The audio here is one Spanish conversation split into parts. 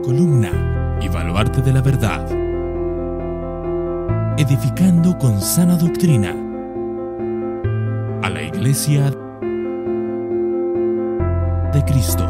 columna y baluarte de la verdad, edificando con sana doctrina a la Iglesia de Cristo.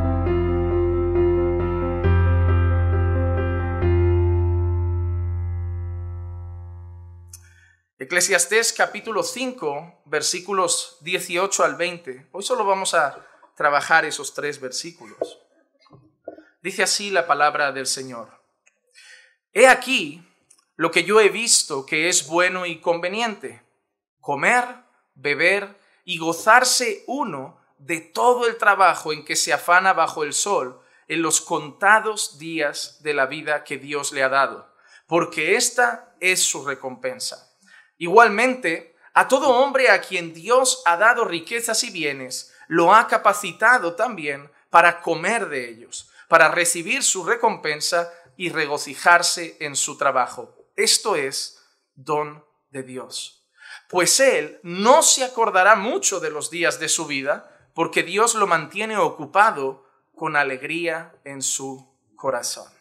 Eclesiastés capítulo 5, versículos 18 al 20. Hoy solo vamos a trabajar esos 3 versículos. Dice así la palabra del Señor. He aquí lo que yo he visto que es bueno y conveniente: comer, beber y gozarse uno de todo el trabajo en que se afana bajo el sol en los contados días de la vida que Dios le ha dado, porque esta es su recompensa. Igualmente, a todo hombre a quien Dios ha dado riquezas y bienes, lo ha capacitado también para comer de ellos, para recibir su recompensa y regocijarse en su trabajo. Esto es don de Dios. Pues él no se acordará mucho de los días de su vida, porque Dios lo mantiene ocupado con alegría en su corazón.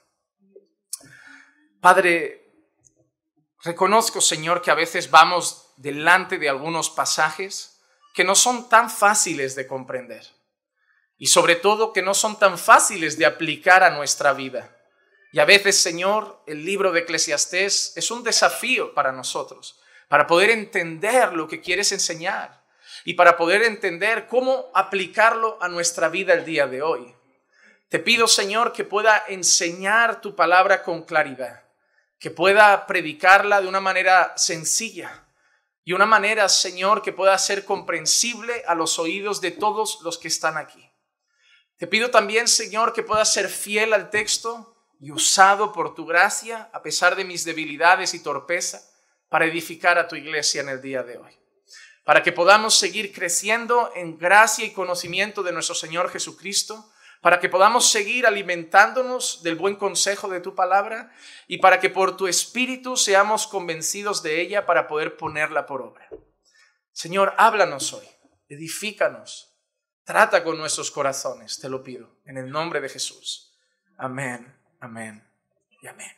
Padre, reconozco, Señor, que a veces vamos delante de algunos pasajes que no son tan fáciles de comprender y sobre todo que no son tan fáciles de aplicar a nuestra vida. Y a veces, Señor, el libro de Eclesiastés es un desafío para nosotros, para poder entender lo que quieres enseñar y para poder entender cómo aplicarlo a nuestra vida el día de hoy. Te pido, Señor, que pueda enseñar tu palabra con claridad, que pueda predicarla de una manera sencilla y una manera, Señor, que pueda ser comprensible a los oídos de todos los que están aquí. Te pido también, Señor, que pueda ser fiel al texto y usado por tu gracia, a pesar de mis debilidades y torpeza, para edificar a tu iglesia en el día de hoy. Para que podamos seguir creciendo en gracia y conocimiento de nuestro Señor Jesucristo, para que podamos seguir alimentándonos del buen consejo de tu palabra y para que por tu Espíritu seamos convencidos de ella para poder ponerla por obra. Señor, háblanos hoy, edifícanos, trata con nuestros corazones, te lo pido, en el nombre de Jesús. Amén, amén y amén.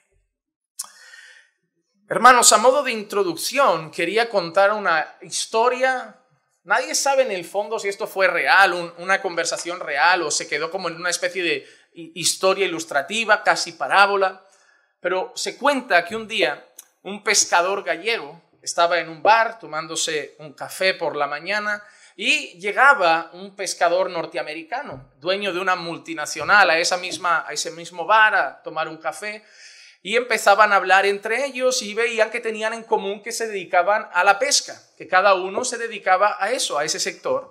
Hermanos, a modo de introducción, quería contar una historia. Nadie sabe en el fondo si esto fue real, una conversación real, o se quedó como en una especie de historia ilustrativa, casi parábola. Pero se cuenta que un día un pescador gallego estaba en un bar tomándose un café por la mañana y llegaba un pescador norteamericano, dueño de una multinacional, a ese mismo bar a tomar un café. Y empezaban a hablar entre ellos y veían que tenían en común que se dedicaban a la pesca, que cada uno se dedicaba a eso, a ese sector.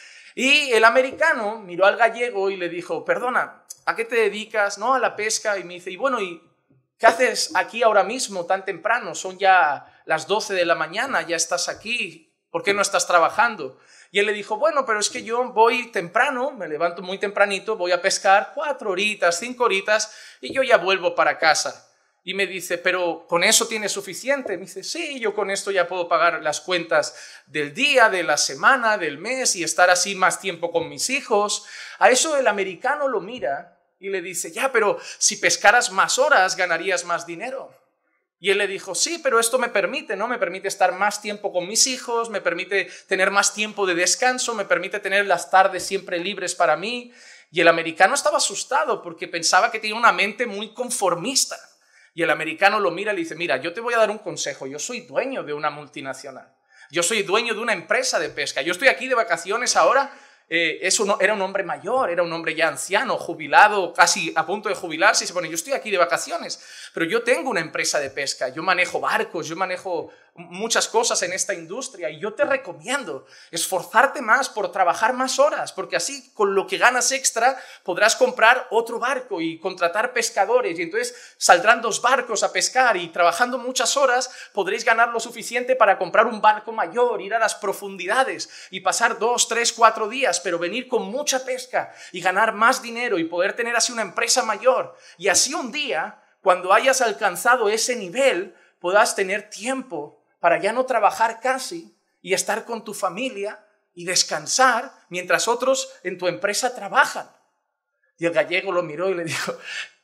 Y el americano miró al gallego y le dijo: perdona, ¿a qué te dedicas? No, a la pesca. Y me dice: y bueno, ¿y qué haces aquí ahora mismo tan temprano? Son ya las 12 de la mañana, ya estás aquí, ¿por qué no estás trabajando? Y él le dijo: bueno, pero es que yo voy temprano, me levanto muy tempranito, voy a pescar 4 horitas, 5 horitas y yo ya vuelvo para casa. Y me dice: ¿pero con eso tienes suficiente? Me dice: sí, yo con esto ya puedo pagar las cuentas del día, de la semana, del mes y estar así más tiempo con mis hijos. A eso el americano lo mira y le dice: ya, pero si pescaras más horas ganarías más dinero. Y él le dijo: sí, pero esto me permite, ¿no? Me permite estar más tiempo con mis hijos, me permite tener más tiempo de descanso, me permite tener las tardes siempre libres para mí. Y el americano estaba asustado porque pensaba que tenía una mente muy conformista. Y el americano lo mira y le dice: mira, yo te voy a dar un consejo, yo soy dueño de una multinacional, yo soy dueño de una empresa de pesca, yo estoy aquí de vacaciones ahora. Era un hombre mayor, era un hombre ya anciano, jubilado, casi a punto de jubilarse, y se pone: yo estoy aquí de vacaciones, pero yo tengo una empresa de pesca, yo manejo barcos, yo manejo muchas cosas en esta industria y yo te recomiendo esforzarte más por trabajar más horas, porque así con lo que ganas extra podrás comprar otro barco y contratar pescadores y entonces saldrán 2 barcos a pescar y trabajando muchas horas podréis ganar lo suficiente para comprar un barco mayor, ir a las profundidades y pasar 2, 3, 4 días, pero venir con mucha pesca y ganar más dinero y poder tener así una empresa mayor. Y así un día, cuando hayas alcanzado ese nivel, podrás tener tiempo para ya no trabajar casi y estar con tu familia y descansar mientras otros en tu empresa trabajan. Y el gallego lo miró y le dijo: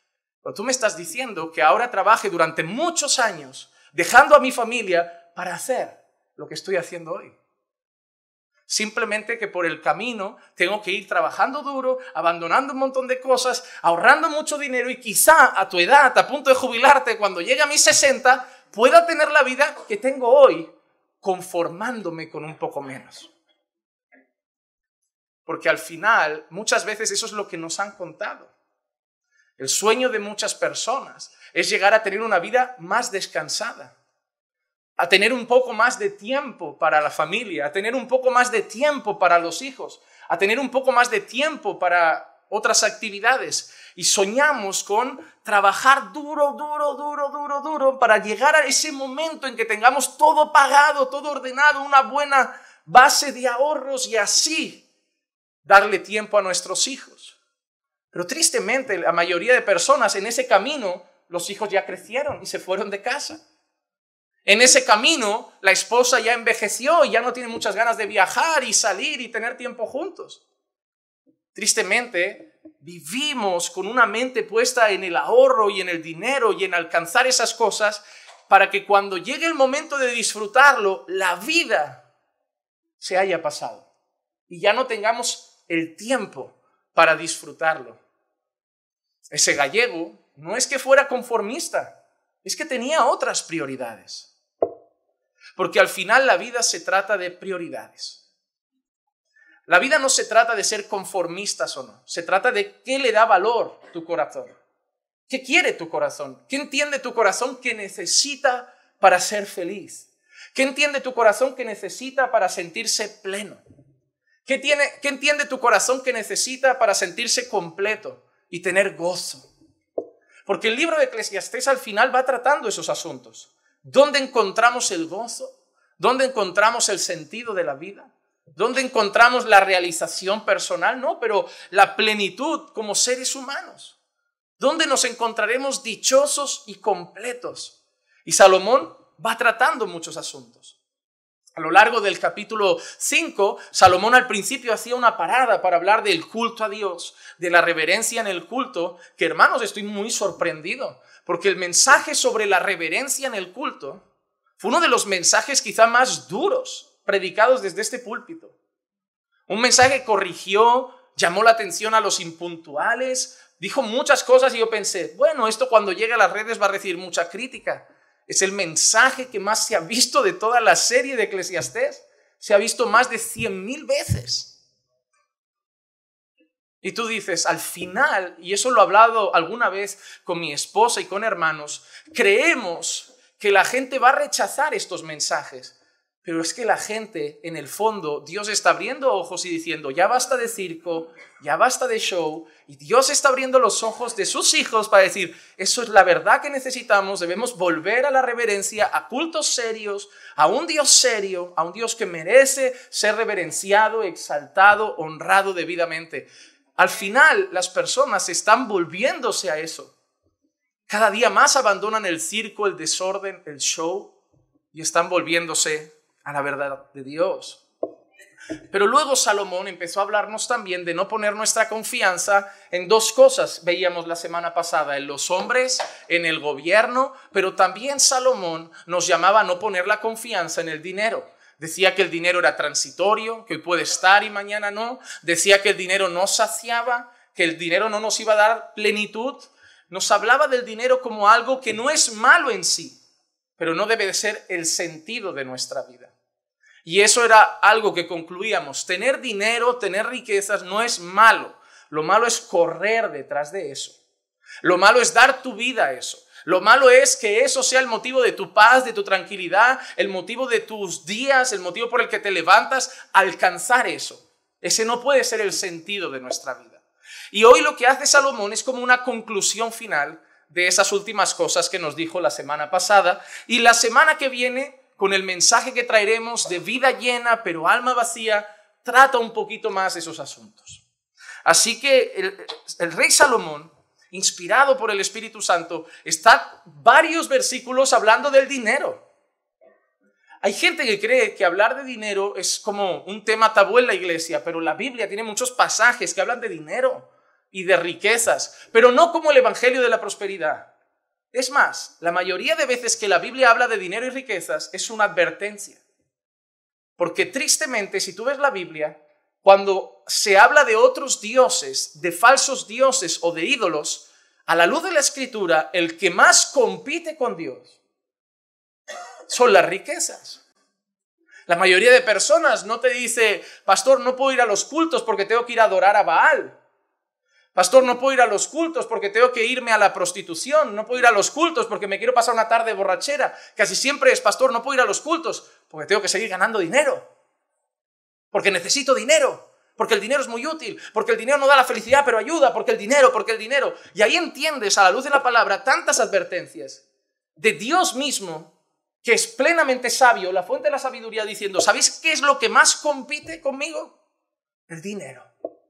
Pero tú me estás diciendo que ahora trabaje durante muchos años, dejando a mi familia para hacer lo que estoy haciendo hoy. Simplemente que por el camino tengo que ir trabajando duro, abandonando un montón de cosas, ahorrando mucho dinero y quizá a tu edad, a punto de jubilarte, cuando llegue a mis 60, pueda tener la vida que tengo hoy, conformándome con un poco menos. Porque al final, muchas veces eso es lo que nos han contado. El sueño de muchas personas es llegar a tener una vida más descansada, a tener un poco más de tiempo para la familia, a tener un poco más de tiempo para los hijos, a tener un poco más de tiempo para otras actividades. Y soñamos con trabajar duro para llegar a ese momento en que tengamos todo pagado, todo ordenado, una buena base de ahorros y así darle tiempo a nuestros hijos. Pero tristemente, la mayoría de personas en ese camino, los hijos ya crecieron y se fueron de casa. En ese camino, la esposa ya envejeció y ya no tiene muchas ganas de viajar y salir y tener tiempo juntos. Tristemente, vivimos con una mente puesta en el ahorro y en el dinero y en alcanzar esas cosas para que cuando llegue el momento de disfrutarlo, la vida se haya pasado y ya no tengamos el tiempo para disfrutarlo. Ese gallego no es que fuera conformista, es que tenía otras prioridades. Porque al final la vida se trata de prioridades. La vida no se trata de ser conformistas o no, se trata de qué le da valor tu corazón. ¿Qué quiere tu corazón? ¿Qué entiende tu corazón que necesita para ser feliz? ¿Qué entiende tu corazón que necesita para sentirse pleno? ¿Qué entiende tu corazón que necesita para sentirse completo y tener gozo? Porque el libro de Eclesiastés al final va tratando esos asuntos. ¿Dónde encontramos el gozo? ¿Dónde encontramos el sentido de la vida? ¿Dónde encontramos la realización personal? No, pero la plenitud como seres humanos. ¿Dónde nos encontraremos dichosos y completos? Y Salomón va tratando muchos asuntos. A lo largo del capítulo 5, Salomón al principio hacía una parada para hablar del culto a Dios, de la reverencia en el culto, que hermanos, estoy muy sorprendido, porque el mensaje sobre la reverencia en el culto fue uno de los mensajes quizá más duros predicados desde este púlpito. Un mensaje que corrigió, llamó la atención a los impuntuales, dijo muchas cosas y yo pensé, bueno, esto cuando llegue a las redes va a recibir mucha crítica. Es el mensaje que más se ha visto de toda la serie de Eclesiastés. Se ha visto más de 100,000 veces. Y tú dices, al final, y eso lo he hablado alguna vez con mi esposa y con hermanos, creemos que la gente va a rechazar estos mensajes. Pero es que la gente, en el fondo, Dios está abriendo ojos y diciendo, ya basta de circo, ya basta de show, y Dios está abriendo los ojos de sus hijos para decir, eso es la verdad que necesitamos, debemos volver a la reverencia, a cultos serios, a un Dios serio, a un Dios que merece ser reverenciado, exaltado, honrado debidamente. Al final, las personas están volviéndose a eso. Cada día más abandonan el circo, el desorden, el show, y están volviéndose a la verdad de Dios. Pero luego Salomón empezó a hablarnos también de no poner nuestra confianza en dos cosas. Veíamos la semana pasada, en los hombres, en el gobierno, pero también Salomón nos llamaba a no poner la confianza en el dinero. Decía que el dinero era transitorio, que hoy puede estar y mañana no. Decía que el dinero no saciaba, que el dinero no nos iba a dar plenitud. Nos hablaba del dinero como algo que no es malo en sí, pero no debe de ser el sentido de nuestra vida. Y eso era algo que concluíamos. Tener dinero, tener riquezas no es malo. Lo malo es correr detrás de eso. Lo malo es dar tu vida a eso. Lo malo es que eso sea el motivo de tu paz, de tu tranquilidad, el motivo de tus días, el motivo por el que te levantas, alcanzar eso. Ese no puede ser el sentido de nuestra vida. Y hoy lo que hace Salomón es como una conclusión final de esas últimas cosas que nos dijo la semana pasada. Y la semana que viene, con el mensaje que traeremos de vida llena pero alma vacía, trata un poquito más esos asuntos. Así que el rey Salomón, inspirado por el Espíritu Santo, está varios versículos hablando del dinero. Hay gente que cree que hablar de dinero es como un tema tabú en la iglesia, pero la Biblia tiene muchos pasajes que hablan de dinero. y de riquezas, pero no como el evangelio de la prosperidad. Es más, la mayoría de veces que la Biblia habla de dinero y riquezas es una advertencia. Porque tristemente, si tú ves la Biblia, cuando se habla de otros dioses, de falsos dioses o de ídolos, a la luz de la Escritura, el que más compite con Dios son las riquezas. La mayoría de personas no te dice, pastor, no puedo ir a los cultos porque tengo que ir a adorar a Baal. Pastor, no puedo ir a los cultos porque tengo que irme a la prostitución. No puedo ir a los cultos porque me quiero pasar una tarde borrachera. Casi siempre es, pastor, no puedo ir a los cultos porque tengo que seguir ganando dinero. Porque necesito dinero. Porque el dinero es muy útil. Porque el dinero no da la felicidad, pero ayuda. Porque el dinero. Y ahí entiendes a la luz de la palabra tantas advertencias de Dios mismo, que es plenamente sabio, la fuente de la sabiduría, diciendo, ¿sabéis qué es lo que más compite conmigo? El dinero.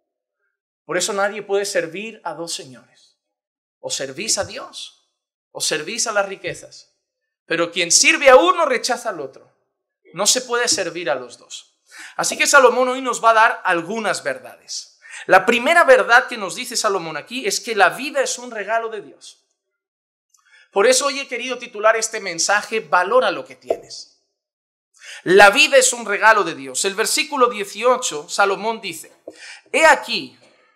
Por eso nadie puede servir a dos señores. O servís a Dios, o servís a las riquezas. Pero quien sirve a uno rechaza al otro. No se puede servir a los dos. Así que Salomón hoy nos va a dar algunas verdades. La primera verdad que nos dice Salomón aquí es que la vida es un regalo de Dios. Por eso hoy he querido titular este mensaje, Valora lo que tienes. La vida es un regalo de Dios. El versículo 18, Salomón dice, he aquí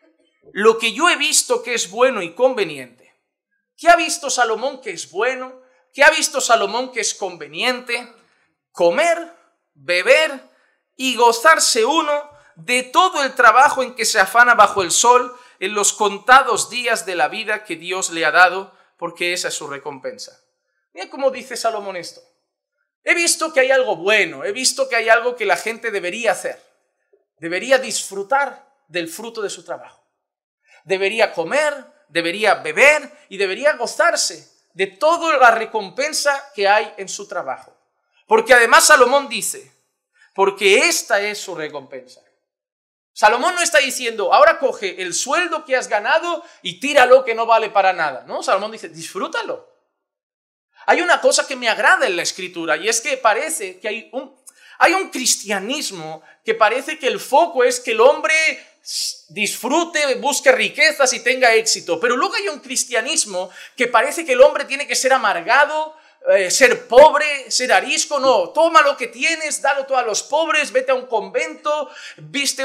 lo que yo he visto que es bueno y conveniente. ¿Qué ha visto Salomón que es bueno? ¿Qué ha visto Salomón que es conveniente? Comer, beber y gozarse uno de todo el trabajo en que se afana bajo el sol en los contados días de la vida que Dios le ha dado, porque esa es su recompensa. Mira cómo dice Salomón esto. He visto que hay algo bueno, he visto que hay algo que la gente debería hacer. Debería disfrutar del fruto de su trabajo. Debería comer, debería beber y debería gozarse de toda la recompensa que hay en su trabajo. Porque además Salomón dice, porque esta es su recompensa. Salomón no está diciendo, ahora coge el sueldo que has ganado y tíralo que no vale para nada. No, Salomón dice, disfrútalo. Hay una cosa que me agrada en la Escritura y es que parece que hay un cristianismo que parece que el foco es que el hombre disfrute, busque riquezas y tenga éxito. Pero luego hay un cristianismo que parece que el hombre tiene que ser amargado, ser pobre, ser arisco. No, toma lo que tienes, dalo todo a los pobres, vete a un convento, viste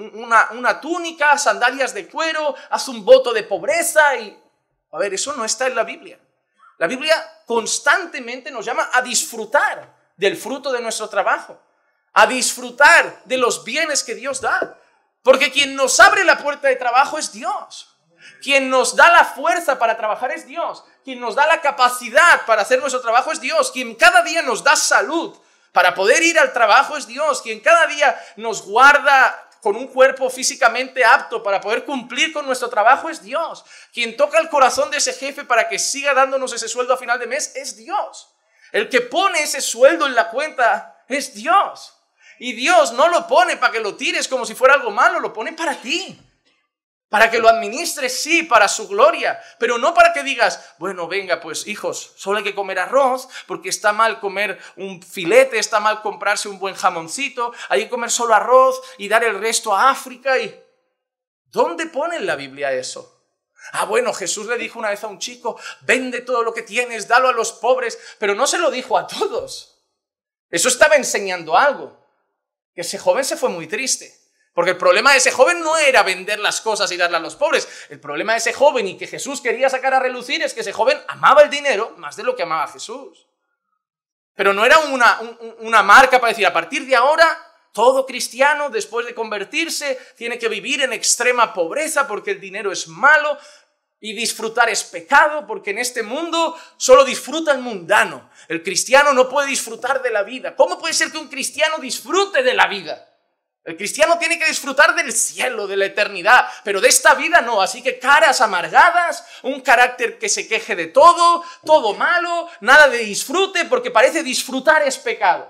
una túnica, sandalias de cuero, haz un voto de pobreza y... A ver, eso no está en la Biblia. La Biblia constantemente nos llama a disfrutar del fruto de nuestro trabajo, a disfrutar de los bienes que Dios da. Porque quien nos abre la puerta de trabajo es Dios. Quien nos da la fuerza para trabajar es Dios. Quien nos da la capacidad para hacer nuestro trabajo es Dios. Quien cada día nos da salud para poder ir al trabajo es Dios. Quien cada día nos guarda con un cuerpo físicamente apto para poder cumplir con nuestro trabajo es Dios. Quien toca el corazón de ese jefe para que siga dándonos ese sueldo a final de mes es Dios. El que pone ese sueldo en la cuenta es Dios. Y Dios no lo pone para que lo tires como si fuera algo malo, lo pone para ti. Para que lo administres, sí, para su gloria, pero no para que digas, bueno, venga, pues hijos, solo hay que comer arroz, porque está mal comer un filete, está mal comprarse un buen jamoncito, hay que comer solo arroz y dar el resto a África. Y ¿dónde pone en la Biblia eso? Ah, bueno, Jesús le dijo una vez a un chico, vende todo lo que tienes, dalo a los pobres, pero no se lo dijo a todos. Eso estaba enseñando algo. Que ese joven se fue muy triste, porque el problema de ese joven no era vender las cosas y darlas a los pobres. El problema de ese joven y que Jesús quería sacar a relucir es que ese joven amaba el dinero más de lo que amaba a Jesús. Pero no era una marca para decir, a partir de ahora, todo cristiano después de convertirse tiene que vivir en extrema pobreza porque el dinero es malo. Y disfrutar es pecado porque en este mundo solo disfruta el mundano. El cristiano no puede disfrutar de la vida. ¿Cómo puede ser que un cristiano disfrute de la vida? El cristiano tiene que disfrutar del cielo, de la eternidad, pero de esta vida no. Así que caras amargadas, un carácter que se queje de todo, todo malo, nada de disfrute porque parece disfrutar es pecado.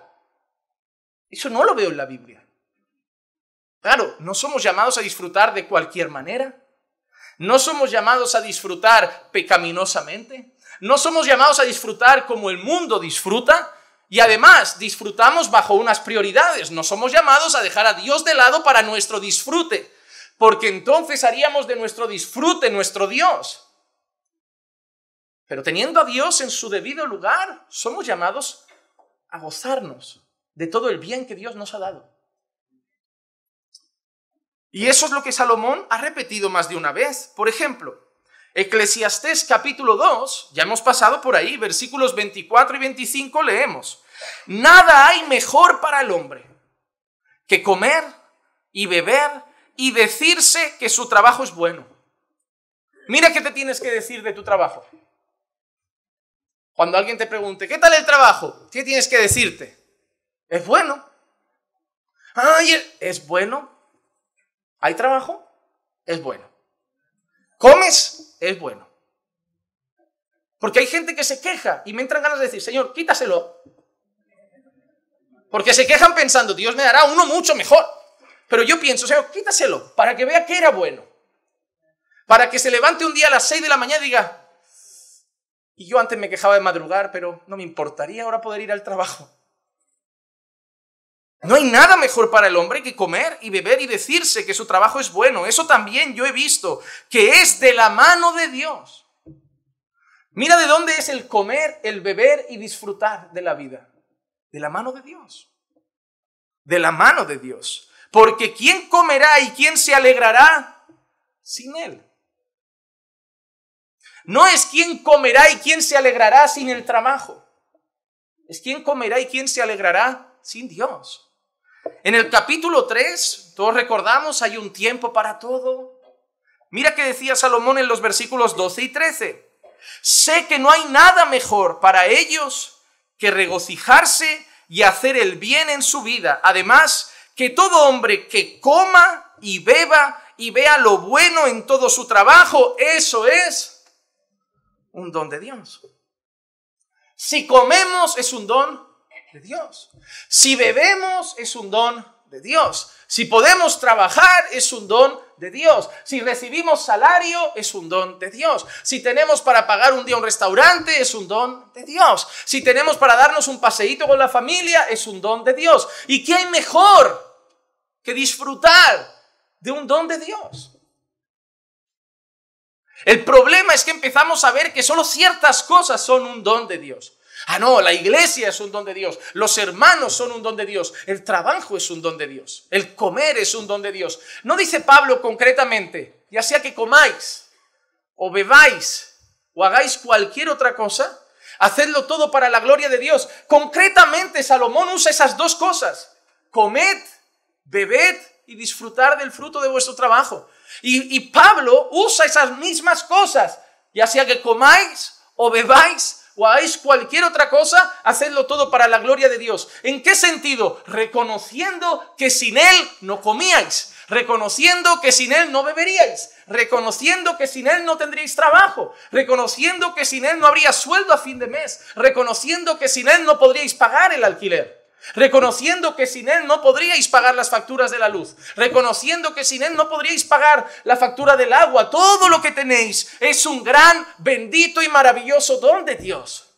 Eso no lo veo en la Biblia. Claro, no somos llamados a disfrutar de cualquier manera. No somos llamados a disfrutar pecaminosamente. No somos llamados a disfrutar como el mundo disfruta. Y además disfrutamos bajo unas prioridades. No somos llamados a dejar a Dios de lado para nuestro disfrute. porque entonces haríamos de nuestro disfrute nuestro Dios. Pero teniendo a Dios en su debido lugar, somos llamados a gozarnos de todo el bien que Dios nos ha dado. Y eso es lo que Salomón ha repetido más de una vez. Por ejemplo, Eclesiastés capítulo 2, ya hemos pasado por ahí, versículos 24 y 25 leemos: nada hay mejor para el hombre que comer y beber y decirse que su trabajo es bueno. Mira qué te tienes que decir de tu trabajo. Cuando alguien te pregunte, ¿qué tal el trabajo? ¿Qué tienes que decirte? Es bueno. Ay, es bueno. ¿Hay trabajo? Es bueno. ¿Comes? Es bueno. Porque hay gente que se queja y me entran ganas de decir, Señor, quítaselo. Porque se quejan pensando, Dios me dará uno mucho mejor. Pero yo pienso, Señor, quítaselo para que vea que era bueno. Para que se levante un día a las 6 de la mañana y diga, y yo antes me quejaba de madrugar, pero no me importaría ahora poder ir al trabajo. No hay nada mejor para el hombre que comer y beber y decirse que su trabajo es bueno. Eso también yo he visto, que es de la mano de Dios. Mira de dónde es el comer, el beber y disfrutar de la vida. De la mano de Dios. De la mano de Dios. Porque ¿quién comerá y quién se alegrará sin Él? No es quién comerá y quién se alegrará sin el trabajo. Es quién comerá y quién se alegrará sin Dios. En el capítulo 3, todos recordamos, hay un tiempo para todo. Mira que decía Salomón en los versículos 12 y 13. Sé que no hay nada mejor para ellos que regocijarse y hacer el bien en su vida. Además, que todo hombre que coma y beba y vea lo bueno en todo su trabajo, eso es un don de Dios. Si comemos es un don de Dios. Si bebemos es un don de Dios. Si podemos trabajar es un don de Dios. Si recibimos salario es un don de Dios. Si tenemos para pagar un día un restaurante es un don de Dios. Si tenemos para darnos un paseíto con la familia es un don de Dios. ¿Y qué hay mejor que disfrutar de un don de Dios? El problema es que empezamos a ver que solo ciertas cosas son un don de Dios. Ah, no, la iglesia es un don de Dios, los hermanos son un don de Dios, el trabajo es un don de Dios, el comer es un don de Dios. No dice Pablo concretamente, ya sea que comáis o bebáis o hagáis cualquier otra cosa, hacedlo todo para la gloria de Dios. Concretamente Salomón usa esas dos cosas, comed, bebed y disfrutar del fruto de vuestro trabajo. Y Pablo usa esas mismas cosas, ya sea que comáis o bebáis o hagáis cualquier otra cosa, hacedlo todo para la gloria de Dios. ¿En qué sentido? Reconociendo que sin Él no comíais, reconociendo que sin Él no beberíais, reconociendo que sin Él no tendríais trabajo, reconociendo que sin Él no habría sueldo a fin de mes, reconociendo que sin Él no podríais pagar el alquiler, reconociendo que sin Él no podríais pagar las facturas de la luz, reconociendo que sin Él no podríais pagar la factura del agua. Todo lo que tenéis es un gran, bendito y maravilloso don de Dios.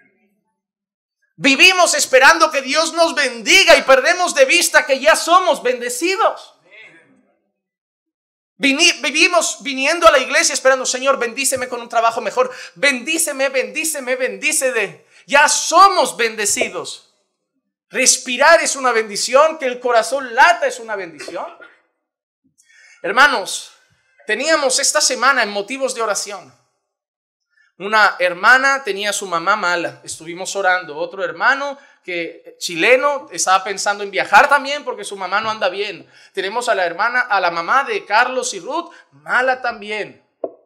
Vivimos esperando que Dios nos bendiga y perdemos de vista que ya somos bendecidos. Vivimos viniendo a la iglesia esperando, Señor, bendíceme con un trabajo mejor, bendíceme. Ya somos bendecidos. Respirar es una bendición, que el corazón lata es una bendición. Hermanos, teníamos esta semana en motivos de oración. Una hermana tenía a su mamá mala, estuvimos orando. Otro hermano chileno estaba pensando en viajar también porque su mamá no anda bien. Tenemos a la mamá de Carlos y Ruth, mala también.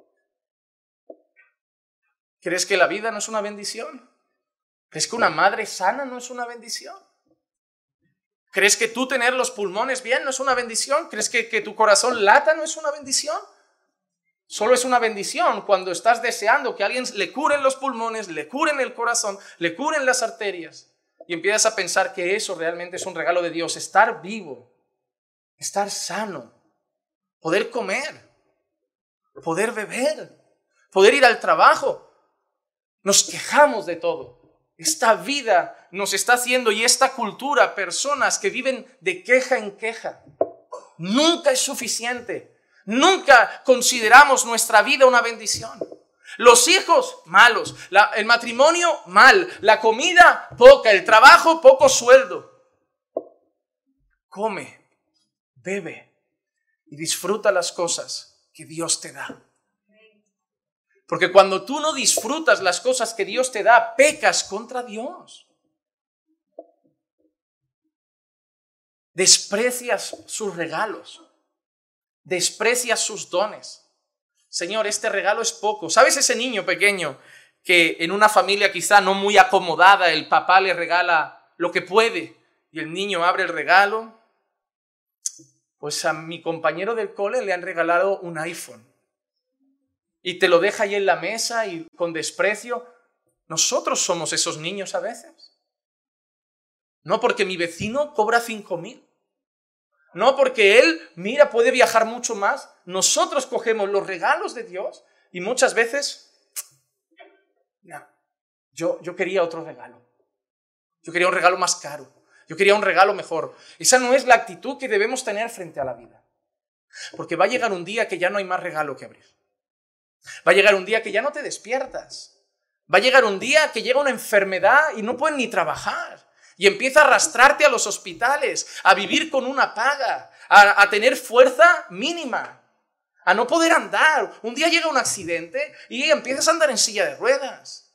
¿Crees que la vida no es una bendición? ¿Crees que una madre sana no es una bendición? ¿Crees que tú tener los pulmones bien no es una bendición? ¿Crees que tu corazón lata no es una bendición? Solo es una bendición cuando estás deseando que a alguien le curen los pulmones, le curen el corazón, le curen las arterias. Y empiezas a pensar que eso realmente es un regalo de Dios. Estar vivo, estar sano, poder comer, poder beber, poder ir al trabajo. Nos quejamos de todo. Esta vida nos está haciendo, y esta cultura, personas que viven de queja en queja. Nunca es suficiente. Nunca consideramos nuestra vida una bendición. Los hijos, malos. El matrimonio, mal. La comida, poca. El trabajo, poco sueldo. Come, bebe y disfruta las cosas que Dios te da. Porque cuando tú no disfrutas las cosas que Dios te da, pecas contra Dios. Desprecias sus regalos. Desprecias sus dones. Señor, este regalo es poco. ¿Sabes ese niño pequeño que en una familia quizá no muy acomodada el papá le regala lo que puede y el niño abre el regalo? Pues a mi compañero del cole le han regalado un iPhone y te lo deja ahí en la mesa y con desprecio. Nosotros somos esos niños a veces. No porque mi vecino cobra 5,000. No porque él, mira, puede viajar mucho más. Nosotros cogemos los regalos de Dios y muchas veces, no, yo quería otro regalo. Yo quería un regalo más caro. Yo quería un regalo mejor. Esa no es la actitud que debemos tener frente a la vida. Porque va a llegar un día que ya no hay más regalo que abrir. Va a llegar un día que ya no te despiertas. Va a llegar un día que llega una enfermedad y no puedes ni trabajar. Y empieza a arrastrarte a los hospitales, a vivir con una paga, a tener fuerza mínima, a no poder andar. Un día llega un accidente y empiezas a andar en silla de ruedas.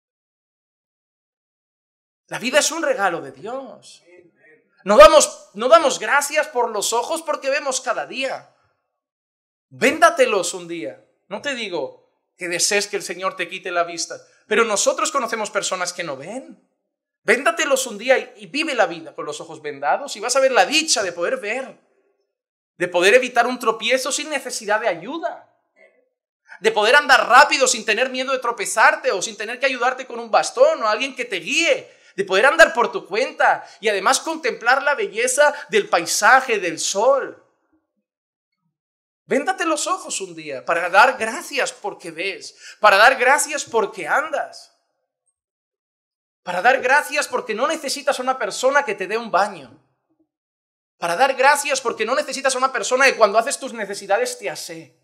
La vida es un regalo de Dios. No damos gracias por los ojos porque vemos cada día. Véndatelos un día. No te digo que desees que el Señor te quite la vista, pero nosotros conocemos personas que no ven. Véndatelos un día y vive la vida con los ojos vendados y vas a ver la dicha de poder ver, de poder evitar un tropiezo sin necesidad de ayuda, de poder andar rápido sin tener miedo de tropezarte o sin tener que ayudarte con un bastón o alguien que te guíe, de poder andar por tu cuenta y además contemplar la belleza del paisaje, del sol. Véndate los ojos un día para dar gracias porque ves, para dar gracias porque andas. Para dar gracias porque no necesitas a una persona que te dé un baño. Para dar gracias porque no necesitas a una persona que cuando haces tus necesidades te asee.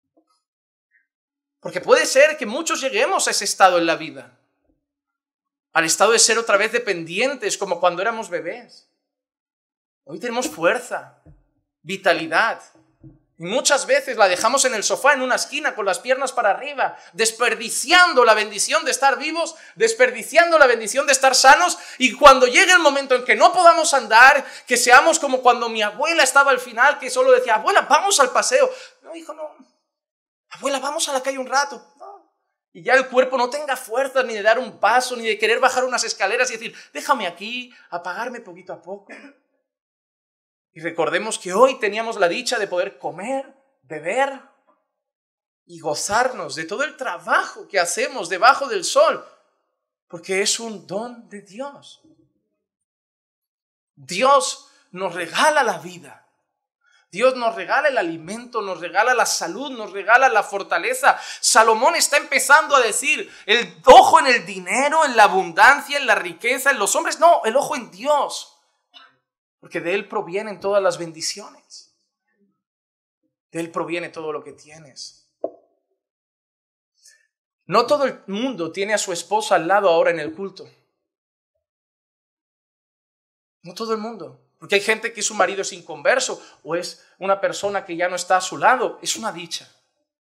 Porque puede ser que muchos lleguemos a ese estado en la vida. Al estado de ser otra vez dependientes como cuando éramos bebés. Hoy tenemos fuerza, vitalidad. Y muchas veces la dejamos en el sofá, en una esquina, con las piernas para arriba, desperdiciando la bendición de estar vivos, desperdiciando la bendición de estar sanos. Y cuando llegue el momento en que no podamos andar, que seamos como cuando mi abuela estaba al final, que solo decía, abuela, vamos al paseo. No, hijo, no. Abuela, vamos a la calle un rato. No. Y ya el cuerpo no tenga fuerzas ni de dar un paso, ni de querer bajar unas escaleras y decir, déjame aquí, apagarme poquito a poco. Y recordemos que hoy teníamos la dicha de poder comer, beber y gozarnos de todo el trabajo que hacemos debajo del sol, porque es un don de Dios. Dios nos regala la vida. Dios nos regala el alimento, nos regala la salud, nos regala la fortaleza. Salomón está empezando a decir, el ojo en el dinero, en la abundancia, en la riqueza, en los hombres. No, el ojo en Dios. Porque de Él provienen todas las bendiciones. De Él proviene todo lo que tienes. No todo el mundo tiene a su esposa al lado ahora en el culto. No todo el mundo. Porque hay gente que su marido es inconverso o es una persona que ya no está a su lado. Es una dicha.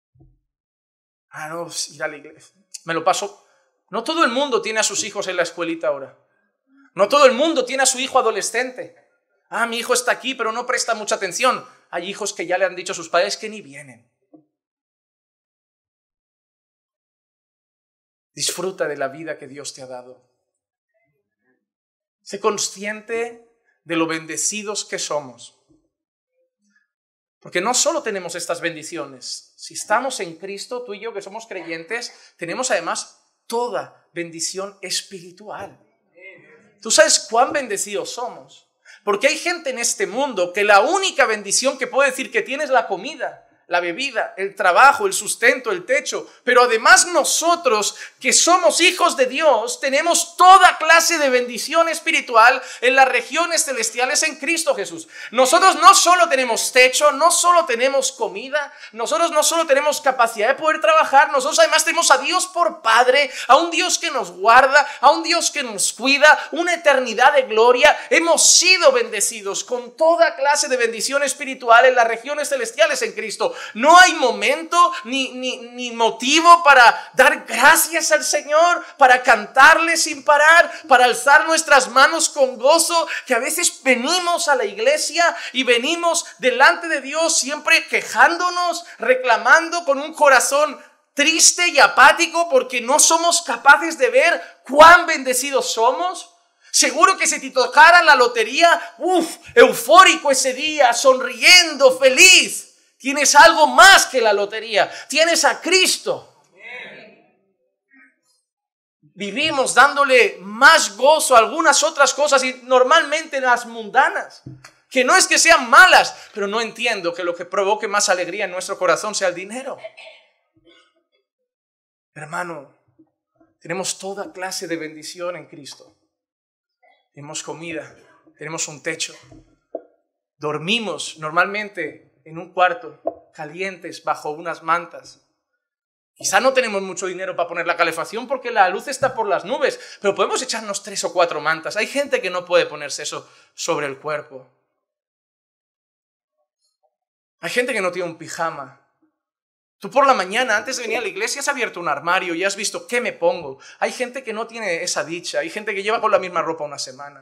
No, ir a la iglesia. Me lo paso. No todo el mundo tiene a sus hijos en la escuelita ahora. No todo el mundo tiene a su hijo adolescente. Mi hijo está aquí, pero no presta mucha atención. Hay hijos que ya le han dicho a sus padres que ni vienen. Disfruta de la vida que Dios te ha dado. Sé consciente de lo bendecidos que somos. Porque no solo tenemos estas bendiciones. Si estamos en Cristo, tú y yo que somos creyentes, tenemos además toda bendición espiritual. ¿Tú sabes cuán bendecidos somos? Porque hay gente en este mundo que la única bendición que puede decir que tiene es la comida. la bebida, el trabajo, el sustento, el techo. Pero además nosotros, que somos hijos de Dios, tenemos toda clase de bendición espiritual en las regiones celestiales en Cristo Jesús. Nosotros no solo tenemos techo, no solo tenemos comida, nosotros no solo tenemos capacidad de poder trabajar, nosotros además tenemos a Dios por Padre, a un Dios que nos guarda, a un Dios que nos cuida, una eternidad de gloria. Hemos sido bendecidos con toda clase de bendición espiritual en las regiones celestiales en Cristo. No hay momento ni motivo para dar gracias al Señor, para cantarle sin parar, para alzar nuestras manos con gozo, que a veces venimos a la iglesia y venimos delante de Dios siempre quejándonos, reclamando con un corazón triste y apático porque no somos capaces de ver cuán bendecidos somos. Seguro que si te tocara la lotería, eufórico ese día, sonriendo, feliz. Tienes algo más que la lotería. Tienes a Cristo. Vivimos dándole más gozo a algunas otras cosas y normalmente las mundanas, que no es que sean malas, pero no entiendo que lo que provoque más alegría en nuestro corazón sea el dinero. Hermano, tenemos toda clase de bendición en Cristo. Tenemos comida, tenemos un techo, dormimos normalmente en un cuarto, calientes, bajo unas mantas. Quizá no tenemos mucho dinero para poner la calefacción porque la luz está por las nubes, pero podemos echarnos 3 o 4 mantas. Hay gente que no puede ponerse eso sobre el cuerpo. Hay gente que no tiene un pijama. Tú por la mañana, antes de venir a la iglesia, has abierto un armario y has visto qué me pongo. Hay gente que no tiene esa dicha. Hay gente que lleva con la misma ropa una semana.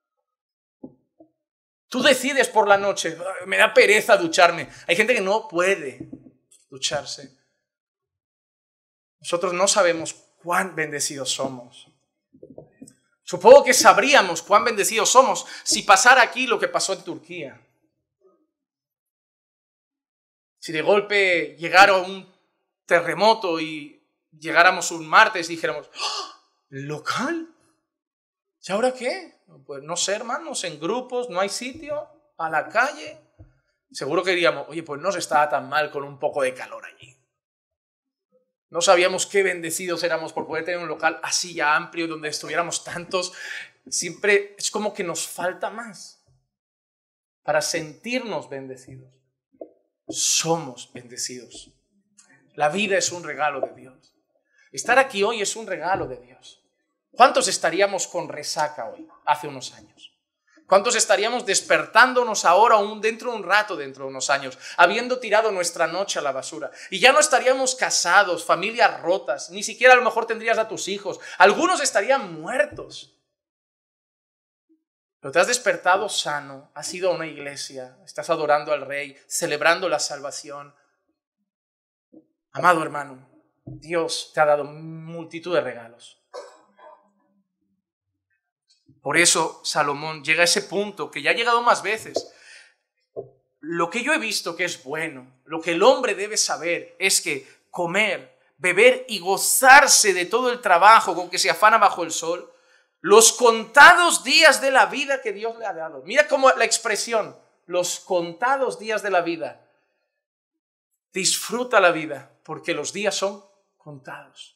Tú decides por la noche, me da pereza ducharme. Hay gente que no puede ducharse. Nosotros no sabemos cuán bendecidos somos. Supongo que sabríamos cuán bendecidos somos si pasara aquí lo que pasó en Turquía. Si de golpe llegara un terremoto y llegáramos un martes y dijéramos, ¿local? ¿Y ahora qué? Pues no sé, hermanos, en grupos, no hay sitio, a la calle. Seguro que diríamos, oye, pues no se estaba tan mal con un poco de calor allí. No sabíamos qué bendecidos éramos por poder tener un local así ya amplio donde estuviéramos tantos. Siempre es como que nos falta más para sentirnos bendecidos. Somos bendecidos. La vida es un regalo de Dios. Estar aquí hoy es un regalo de Dios. ¿Cuántos estaríamos con resaca hoy, hace unos años? ¿Cuántos estaríamos despertándonos ahora o dentro de un rato, dentro de unos años, habiendo tirado nuestra noche a la basura? Y ya no estaríamos casados, familias rotas, ni siquiera a lo mejor tendrías a tus hijos. Algunos estarían muertos. Pero te has despertado sano, has ido a una iglesia, estás adorando al Rey, celebrando la salvación. Amado hermano, Dios te ha dado multitud de regalos. Por eso Salomón llega a ese punto que ya ha llegado más veces. Lo que yo he visto que es bueno, lo que el hombre debe saber es que comer, beber y gozarse de todo el trabajo con que se afana bajo el sol, los contados días de la vida que Dios le ha dado. Mira cómo la expresión, los contados días de la vida. Disfruta la vida porque los días son contados.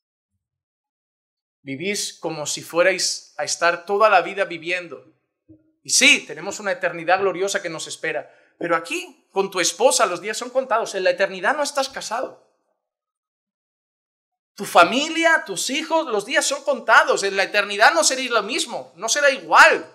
Vivís como si fuerais a estar toda la vida viviendo. Y sí, tenemos una eternidad gloriosa que nos espera. Pero aquí, con tu esposa, los días son contados. En la eternidad no estás casado. Tu familia, tus hijos, los días son contados. En la eternidad no seréis lo mismo. No será igual.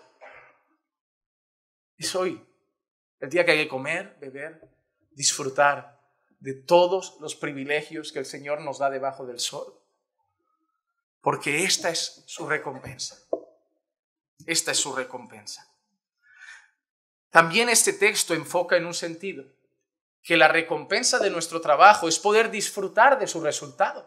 Es hoy el día que hay que comer, beber, disfrutar de todos los privilegios que el Señor nos da debajo del sol. Porque esta es su recompensa. Esta es su recompensa. También este texto enfoca en un sentido, que la recompensa de nuestro trabajo es poder disfrutar de su resultado.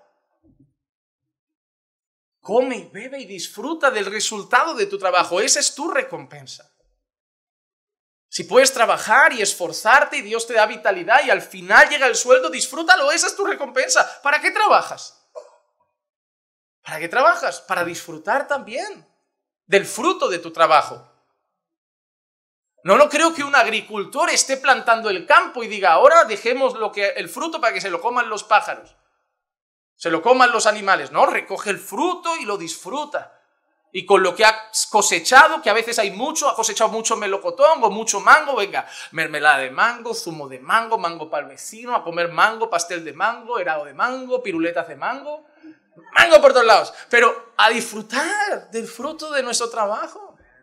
Come y bebe y disfruta del resultado de tu trabajo. Esa es tu recompensa. Si puedes trabajar y esforzarte y Dios te da vitalidad y al final llega el sueldo, disfrútalo. Esa es tu recompensa. ¿Para qué trabajas? ¿Para qué trabajas? Para disfrutar también del fruto de tu trabajo. No lo creo que un agricultor esté plantando el campo y diga, ahora dejemos el fruto para que se lo coman los pájaros, se lo coman los animales. No, recoge el fruto y lo disfruta. Y con lo que ha cosechado, que a veces hay mucho, ha cosechado mucho melocotón o mucho mango, venga, mermelada de mango, zumo de mango, mango para el vecino, a comer mango, pastel de mango, helado de mango, piruletas de mango, mango por todos lados. Pero a disfrutar del fruto de nuestro trabajo.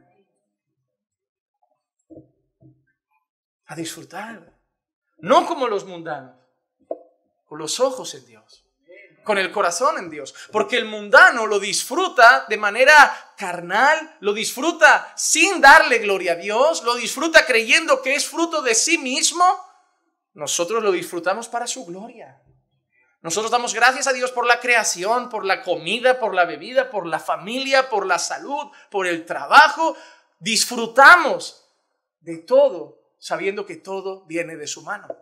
A disfrutar. No como los mundanos, con los ojos en Dios, con el corazón en Dios. Porque el mundano lo disfruta de manera carnal, lo disfruta sin darle gloria a Dios, lo disfruta creyendo que es fruto de sí mismo. Nosotros lo disfrutamos para su gloria. Nosotros damos gracias a Dios por la creación, por la comida, por la bebida, por la familia, por la salud, por el trabajo. Disfrutamos de todo, sabiendo que todo viene de su mano.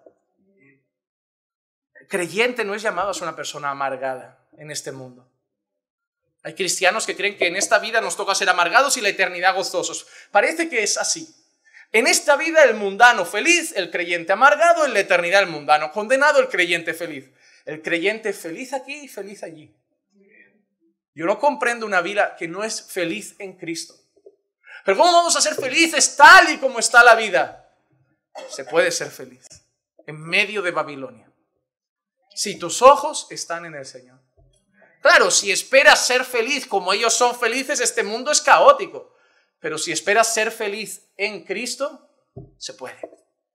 El creyente no es llamado a ser una persona amargada en este mundo. Hay cristianos que creen que en esta vida nos toca ser amargados y la eternidad gozosos. Parece que es así. En esta vida el mundano feliz, el creyente amargado, en la eternidad el mundano condenado, el creyente feliz. El creyente feliz aquí y feliz allí. Yo no comprendo una vida que no es feliz en Cristo. Pero ¿cómo vamos a ser felices tal y como está la vida? Se puede ser feliz en medio de Babilonia si tus ojos están en el Señor. Claro, si esperas ser feliz como ellos son felices, este mundo es caótico. Pero si esperas ser feliz en Cristo, se puede.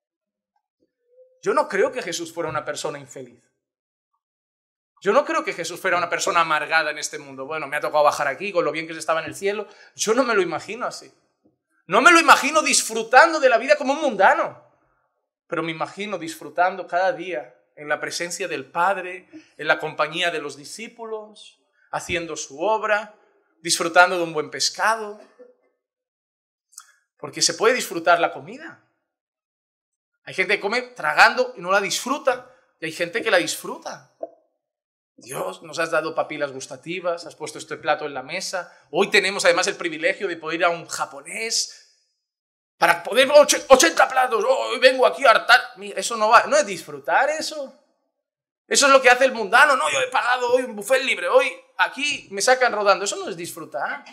Yo no creo que Jesús fuera una persona infeliz. Yo no creo que Jesús fuera una persona amargada en este mundo. Bueno, me ha tocado bajar aquí con lo bien que se estaba en el cielo. Yo no me lo imagino así. No me lo imagino disfrutando de la vida como un mundano. Pero me imagino disfrutando cada día en la presencia del Padre, en la compañía de los discípulos, haciendo su obra, disfrutando de un buen pescado. Porque se puede disfrutar la comida. Hay gente que come tragando y no la disfruta. Y hay gente que la disfruta. Dios, nos has dado papilas gustativas, has puesto este plato en la mesa. Hoy tenemos además el privilegio de poder ir a un japonés para poder 80 platos. Hoy vengo aquí a hartar. Mira, eso no va, no es disfrutar eso. Eso es lo que hace el mundano. No, yo he pagado hoy un buffet libre. Hoy aquí me sacan rodando. Eso no es disfrutar.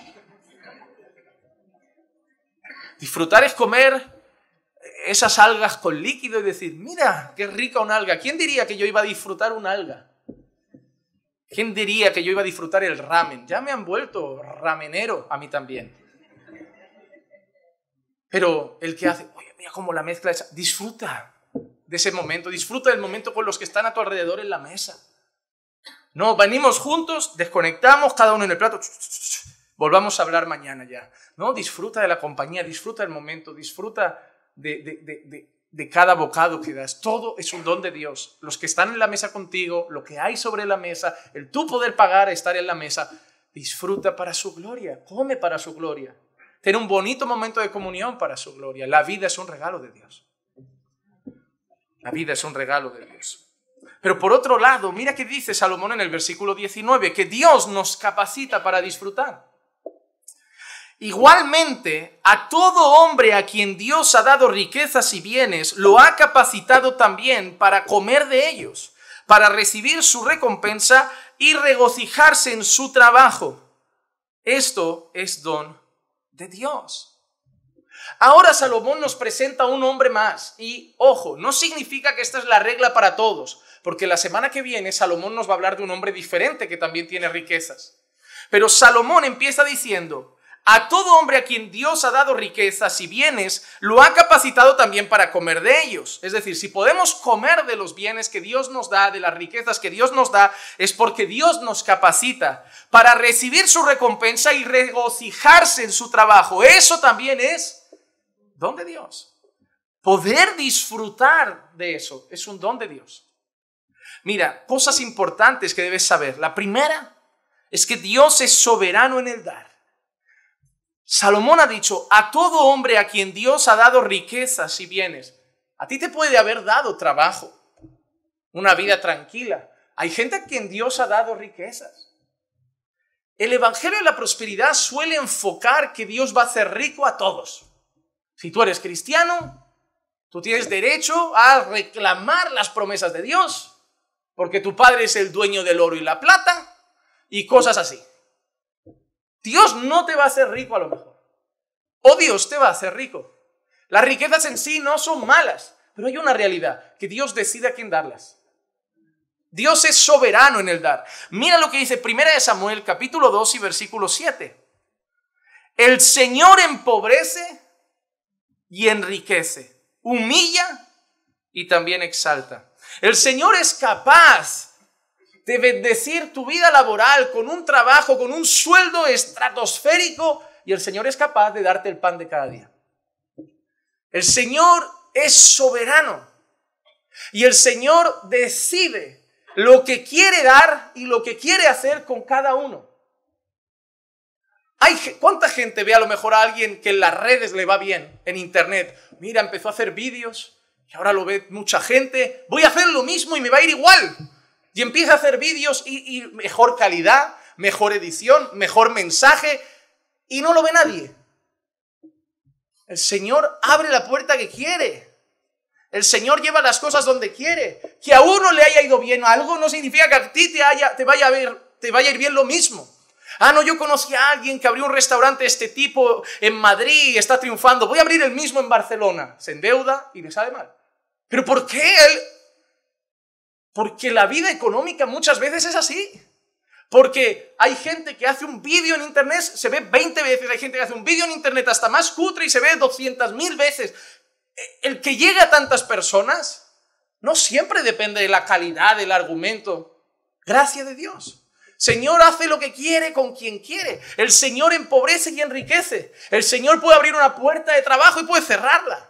Disfrutar es comer esas algas con líquido y decir, mira, qué rica una alga. ¿Quién diría que yo iba a disfrutar una alga? ¿Quién diría que yo iba a disfrutar el ramen? Ya me han vuelto ramenero, a mí también. Pero el que hace, oye, mira cómo la mezcla esa, disfruta de ese momento, disfruta del momento con los que están a tu alrededor en la mesa. No, venimos juntos, desconectamos, cada uno en el plato, volvamos a hablar mañana ya. No, disfruta de la compañía, disfruta del momento, disfruta de cada bocado que das. Todo es un don de Dios. Los que están en la mesa contigo, lo que hay sobre la mesa, el tú poder pagar, estar en la mesa, disfruta para su gloria, come para su gloria. Ten un bonito momento de comunión para su gloria. La vida es un regalo de Dios. La vida es un regalo de Dios. Pero por otro lado, mira que dice Salomón en el versículo 19, que Dios nos capacita para disfrutar. Igualmente, a todo hombre a quien Dios ha dado riquezas y bienes, lo ha capacitado también para comer de ellos, para recibir su recompensa y regocijarse en su trabajo. Esto es don de Dios. Ahora Salomón nos presenta a un hombre más y, ojo, no significa que esta es la regla para todos, porque la semana que viene Salomón nos va a hablar de un hombre diferente que también tiene riquezas. Pero Salomón empieza diciendo, a todo hombre a quien Dios ha dado riquezas y bienes, lo ha capacitado también para comer de ellos. Es decir, si podemos comer de los bienes que Dios nos da, de las riquezas que Dios nos da, es porque Dios nos capacita para recibir su recompensa y regocijarse en su trabajo. Eso también es don de Dios. Poder disfrutar de eso es un don de Dios. Mira, cosas importantes que debes saber. La primera es que Dios es soberano en el dar. Salomón ha dicho, a todo hombre a quien Dios ha dado riquezas y bienes. A ti te puede haber dado trabajo, una vida tranquila. Hay gente a quien Dios ha dado riquezas. El evangelio de la prosperidad suele enfocar que Dios va a hacer rico a todos. Si tú eres cristiano, tú tienes derecho a reclamar las promesas de Dios, porque tu padre es el dueño del oro y la plata y cosas así. Dios no te va a hacer rico a lo mejor, o Dios te va a hacer rico. Las riquezas en sí no son malas, pero hay una realidad, que Dios decide a quién darlas. Dios es soberano en el dar. Mira lo que dice 1 Samuel capítulo 2 y versículo 7. El Señor empobrece y enriquece, humilla y también exalta. El Señor es capaz de bendecir tu vida laboral con un trabajo, con un sueldo estratosférico, y el Señor es capaz de darte el pan de cada día. El Señor es soberano y el Señor decide lo que quiere dar y lo que quiere hacer con cada uno. ¿Cuánta gente ve a lo mejor a alguien que en las redes le va bien, en internet? Mira, empezó a hacer vídeos y ahora lo ve mucha gente. Voy a hacer lo mismo y me va a ir igual. Y empieza a hacer vídeos y mejor calidad, mejor edición, mejor mensaje, y no lo ve nadie. El Señor abre la puerta que quiere. El Señor lleva las cosas donde quiere. Que a uno le haya ido bien algo no significa que a ti te vaya a ir bien lo mismo. No, yo conocí a alguien que abrió un restaurante de este tipo en Madrid y está triunfando. Voy a abrir el mismo en Barcelona. Se endeuda y le sale mal. ¿Pero por qué él? Porque la vida económica muchas veces es así. Porque hay gente que hace un vídeo en internet, se ve 20 veces. Hay gente que hace un vídeo en internet hasta más cutre y se ve 200.000 veces. El que llega a tantas personas no siempre depende de la calidad del argumento. Gracia de Dios. Señor hace lo que quiere con quien quiere. El Señor empobrece y enriquece. El Señor puede abrir una puerta de trabajo y puede cerrarla.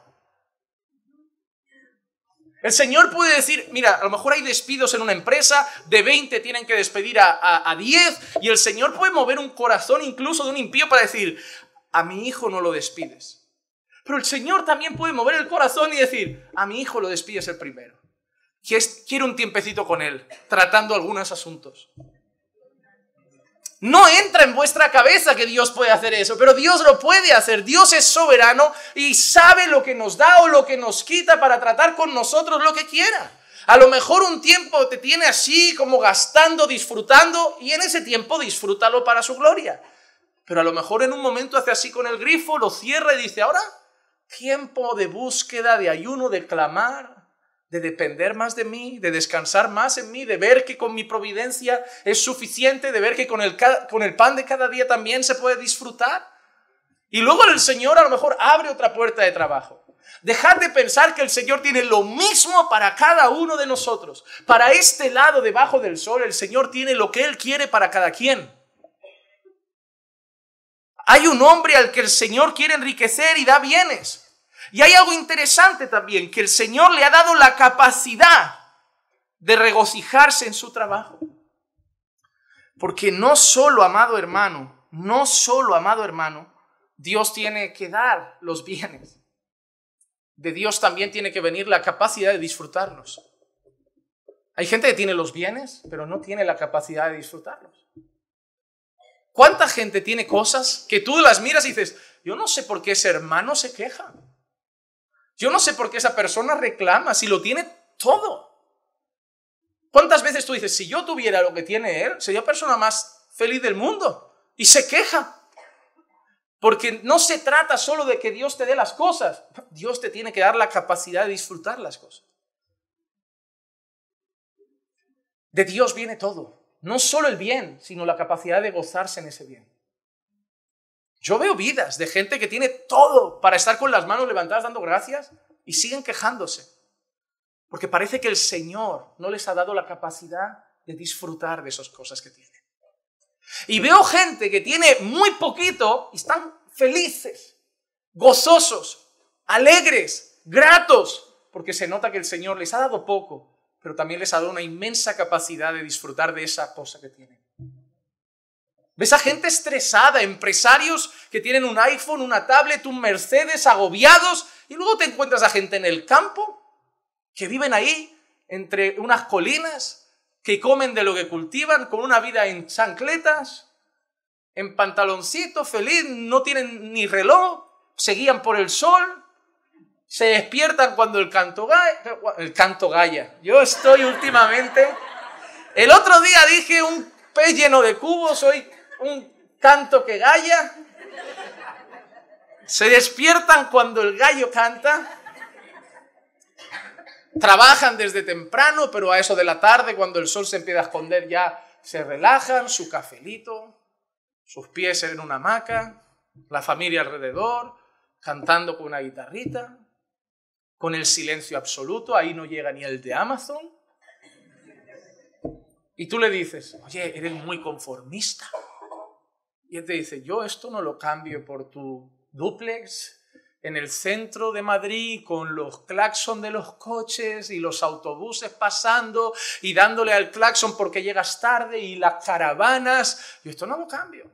El Señor puede decir, mira, a lo mejor hay despidos en una empresa, de 20 tienen que despedir a 10, y el Señor puede mover un corazón incluso de un impío para decir, a mi hijo no lo despides. Pero el Señor también puede mover el corazón y decir, a mi hijo lo despides el primero. Quiero un tiempecito con él, tratando algunos asuntos. No entra en vuestra cabeza que Dios puede hacer eso, pero Dios lo puede hacer. Dios es soberano y sabe lo que nos da o lo que nos quita para tratar con nosotros lo que quiera. A lo mejor un tiempo te tiene así como gastando, disfrutando, y en ese tiempo disfrútalo para su gloria. Pero a lo mejor en un momento hace así con el grifo, lo cierra y dice, ahora tiempo de búsqueda, de ayuno, de clamar, de depender más de mí, de descansar más en mí, de ver que con mi providencia es suficiente, de ver que con el pan de cada día también se puede disfrutar. Y luego el Señor a lo mejor abre otra puerta de trabajo. Dejad de pensar que el Señor tiene lo mismo para cada uno de nosotros. Para este lado debajo del sol, el Señor tiene lo que Él quiere para cada quien. Hay un hombre al que el Señor quiere enriquecer y da bienes. Y hay algo interesante también, que el Señor le ha dado la capacidad de regocijarse en su trabajo. Porque no solo, amado hermano, Dios tiene que dar los bienes. De Dios también tiene que venir la capacidad de disfrutarlos. Hay gente que tiene los bienes, pero no tiene la capacidad de disfrutarlos. ¿Cuánta gente tiene cosas que tú las miras y dices, yo no sé por qué ese hermano se queja? Yo no sé por qué esa persona reclama si lo tiene todo. ¿Cuántas veces tú dices, si yo tuviera lo que tiene él, sería la persona más feliz del mundo? Y se queja. Porque no se trata solo de que Dios te dé las cosas. Dios te tiene que dar la capacidad de disfrutar las cosas. De Dios viene todo. No solo el bien, sino la capacidad de gozarse en ese bien. Yo veo vidas de gente que tiene todo para estar con las manos levantadas dando gracias y siguen quejándose. Porque parece que el Señor no les ha dado la capacidad de disfrutar de esas cosas que tienen. Y veo gente que tiene muy poquito y están felices, gozosos, alegres, gratos, porque se nota que el Señor les ha dado poco, pero también les ha dado una inmensa capacidad de disfrutar de esa cosa que tienen. Ves a gente estresada, empresarios que tienen un iPhone, una tablet, un Mercedes, agobiados, y luego te encuentras a gente en el campo que viven ahí entre unas colinas, que comen de lo que cultivan, con una vida en chancletas, en pantaloncito, feliz, no tienen ni reloj, se guían por el sol, Se despiertan cuando el canto galla. Yo estoy últimamente... El otro día dije un pez lleno de cubos, hoy un canto que galla. Se despiertan cuando el gallo canta. Trabajan desde temprano, pero a eso de la tarde, cuando el sol se empieza a esconder, ya se relajan, su cafelito, sus pies en una hamaca, la familia alrededor, cantando con una guitarrita, con el silencio absoluto, ahí no llega ni el de Amazon. Y tú le dices, oye, eres muy conformista. Y él te dice, yo esto no lo cambio por tu dúplex en el centro de Madrid con los claxon de los coches y los autobuses pasando y dándole al claxon porque llegas tarde y las caravanas. Yo esto no lo cambio.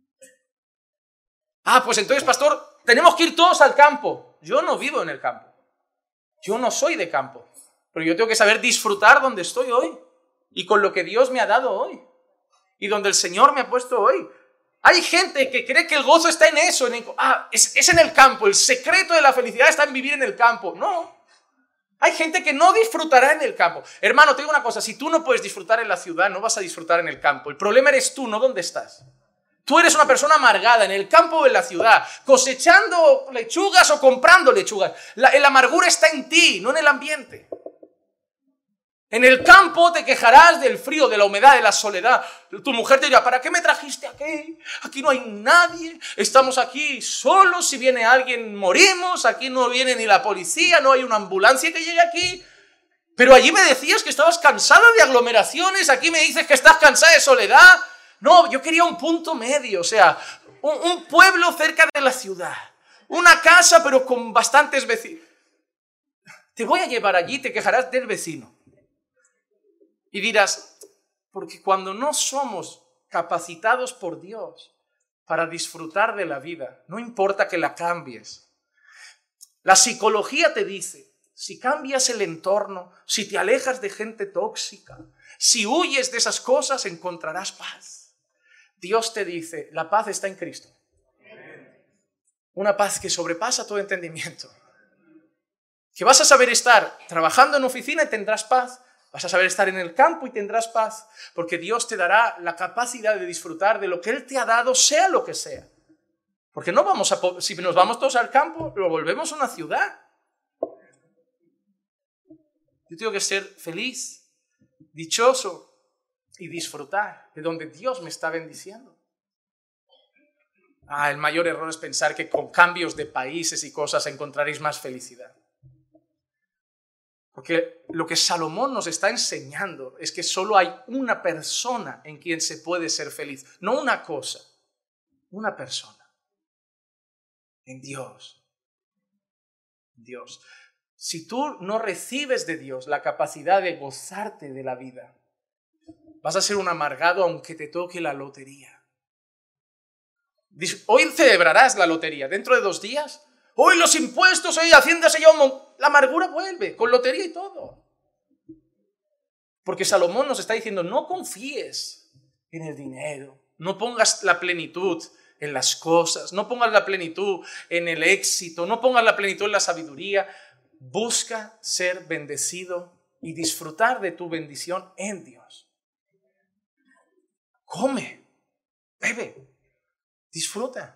Ah, pues entonces, pastor, tenemos que ir todos al campo. Yo no vivo en el campo. Yo no soy de campo. Pero yo tengo que saber disfrutar donde estoy hoy. Y con lo que Dios me ha dado hoy. Y donde el Señor me ha puesto hoy. Hay gente que cree que el gozo está en eso. Es en el campo. El secreto de la felicidad está en vivir en el campo. No. Hay gente que no disfrutará en el campo. Hermano, te digo una cosa. Si tú no puedes disfrutar en la ciudad, no vas a disfrutar en el campo. El problema eres tú, no dónde estás. Tú eres una persona amargada en el campo o en la ciudad. Cosechando lechugas o comprando lechugas. La amargura está en ti, no en el ambiente. En el campo te quejarás del frío, de la humedad, de la soledad. Tu mujer te dirá, ¿para qué me trajiste aquí? Aquí no hay nadie, estamos aquí solos, si viene alguien morimos, aquí no viene ni la policía, no hay una ambulancia que llegue aquí. Pero allí me decías que estabas cansada de aglomeraciones, aquí me dices que estás cansada de soledad. No, yo quería un punto medio, o sea, un pueblo cerca de la ciudad, una casa pero con bastantes vecinos. Te voy a llevar allí, te quejarás del vecino. Y dirás, porque cuando no somos capacitados por Dios para disfrutar de la vida, no importa que la cambies. La psicología te dice, si cambias el entorno, si te alejas de gente tóxica, si huyes de esas cosas, encontrarás paz. Dios te dice, la paz está en Cristo. Una paz que sobrepasa todo entendimiento. Que vas a saber estar trabajando en oficina y tendrás paz. Vas a saber estar en el campo y tendrás paz, porque Dios te dará la capacidad de disfrutar de lo que Él te ha dado, sea lo que sea. Porque no vamos si nos vamos todos al campo, lo volvemos una ciudad. Yo tengo que ser feliz, dichoso y disfrutar de donde Dios me está bendiciendo. El mayor error es pensar que con cambios de países y cosas encontraréis más felicidad. Porque lo que Salomón nos está enseñando es que solo hay una persona en quien se puede ser feliz, no una cosa, una persona. En Dios. Dios. Si tú no recibes de Dios la capacidad de gozarte de la vida, vas a ser un amargado aunque te toque la lotería. Hoy celebrarás la lotería, dentro de 2 días. Hoy los impuestos, hoy Hacienda se lleva la amargura vuelve, con lotería y todo. Porque Salomón nos está diciendo, no confíes en el dinero, no pongas la plenitud en las cosas, no pongas la plenitud en el éxito, no pongas la plenitud en la sabiduría. Busca ser bendecido y disfrutar de tu bendición en Dios. Come, bebe, disfruta.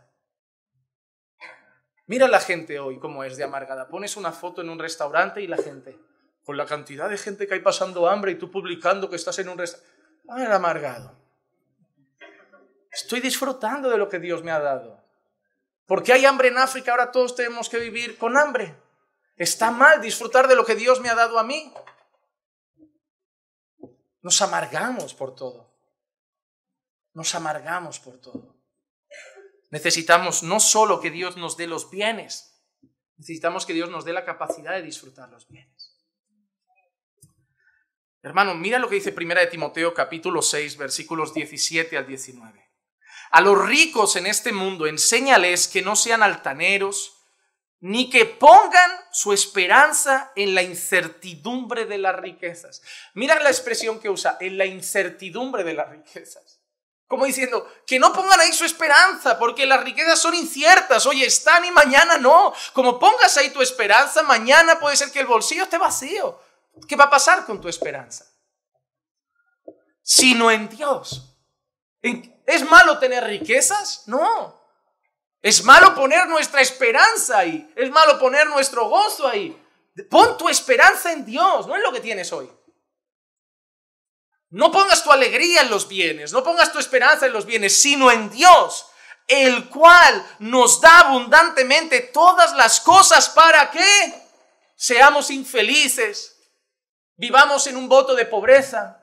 Mira la gente hoy cómo es de amargada. Pones una foto en un restaurante y la gente, con la cantidad de gente que hay pasando hambre y tú publicando que estás en un restaurante. El amargado. Estoy disfrutando de lo que Dios me ha dado. Porque hay hambre en África, ahora todos tenemos que vivir con hambre. Está mal disfrutar de lo que Dios me ha dado a mí. Nos amargamos por todo. Nos amargamos por todo. Necesitamos no solo que Dios nos dé los bienes, necesitamos que Dios nos dé la capacidad de disfrutar los bienes. Hermano, mira lo que dice 1 de Timoteo capítulo 6, versículos 17 al 19. A los ricos en este mundo enséñales que no sean altaneros, ni que pongan su esperanza en la incertidumbre de las riquezas. Mira la expresión que usa, en la incertidumbre de las riquezas. Como diciendo, que no pongan ahí su esperanza, porque las riquezas son inciertas. Hoy están y mañana no. Como pongas ahí tu esperanza, mañana puede ser que el bolsillo esté vacío. ¿Qué va a pasar con tu esperanza? Sino en Dios. ¿Es malo tener riquezas? No. Es malo poner nuestra esperanza ahí. Es malo poner nuestro gozo ahí. Pon tu esperanza en Dios, no en lo que tienes hoy. No pongas tu alegría en los bienes, no pongas tu esperanza en los bienes, sino en Dios, el cual nos da abundantemente todas las cosas para que seamos infelices, vivamos en un voto de pobreza.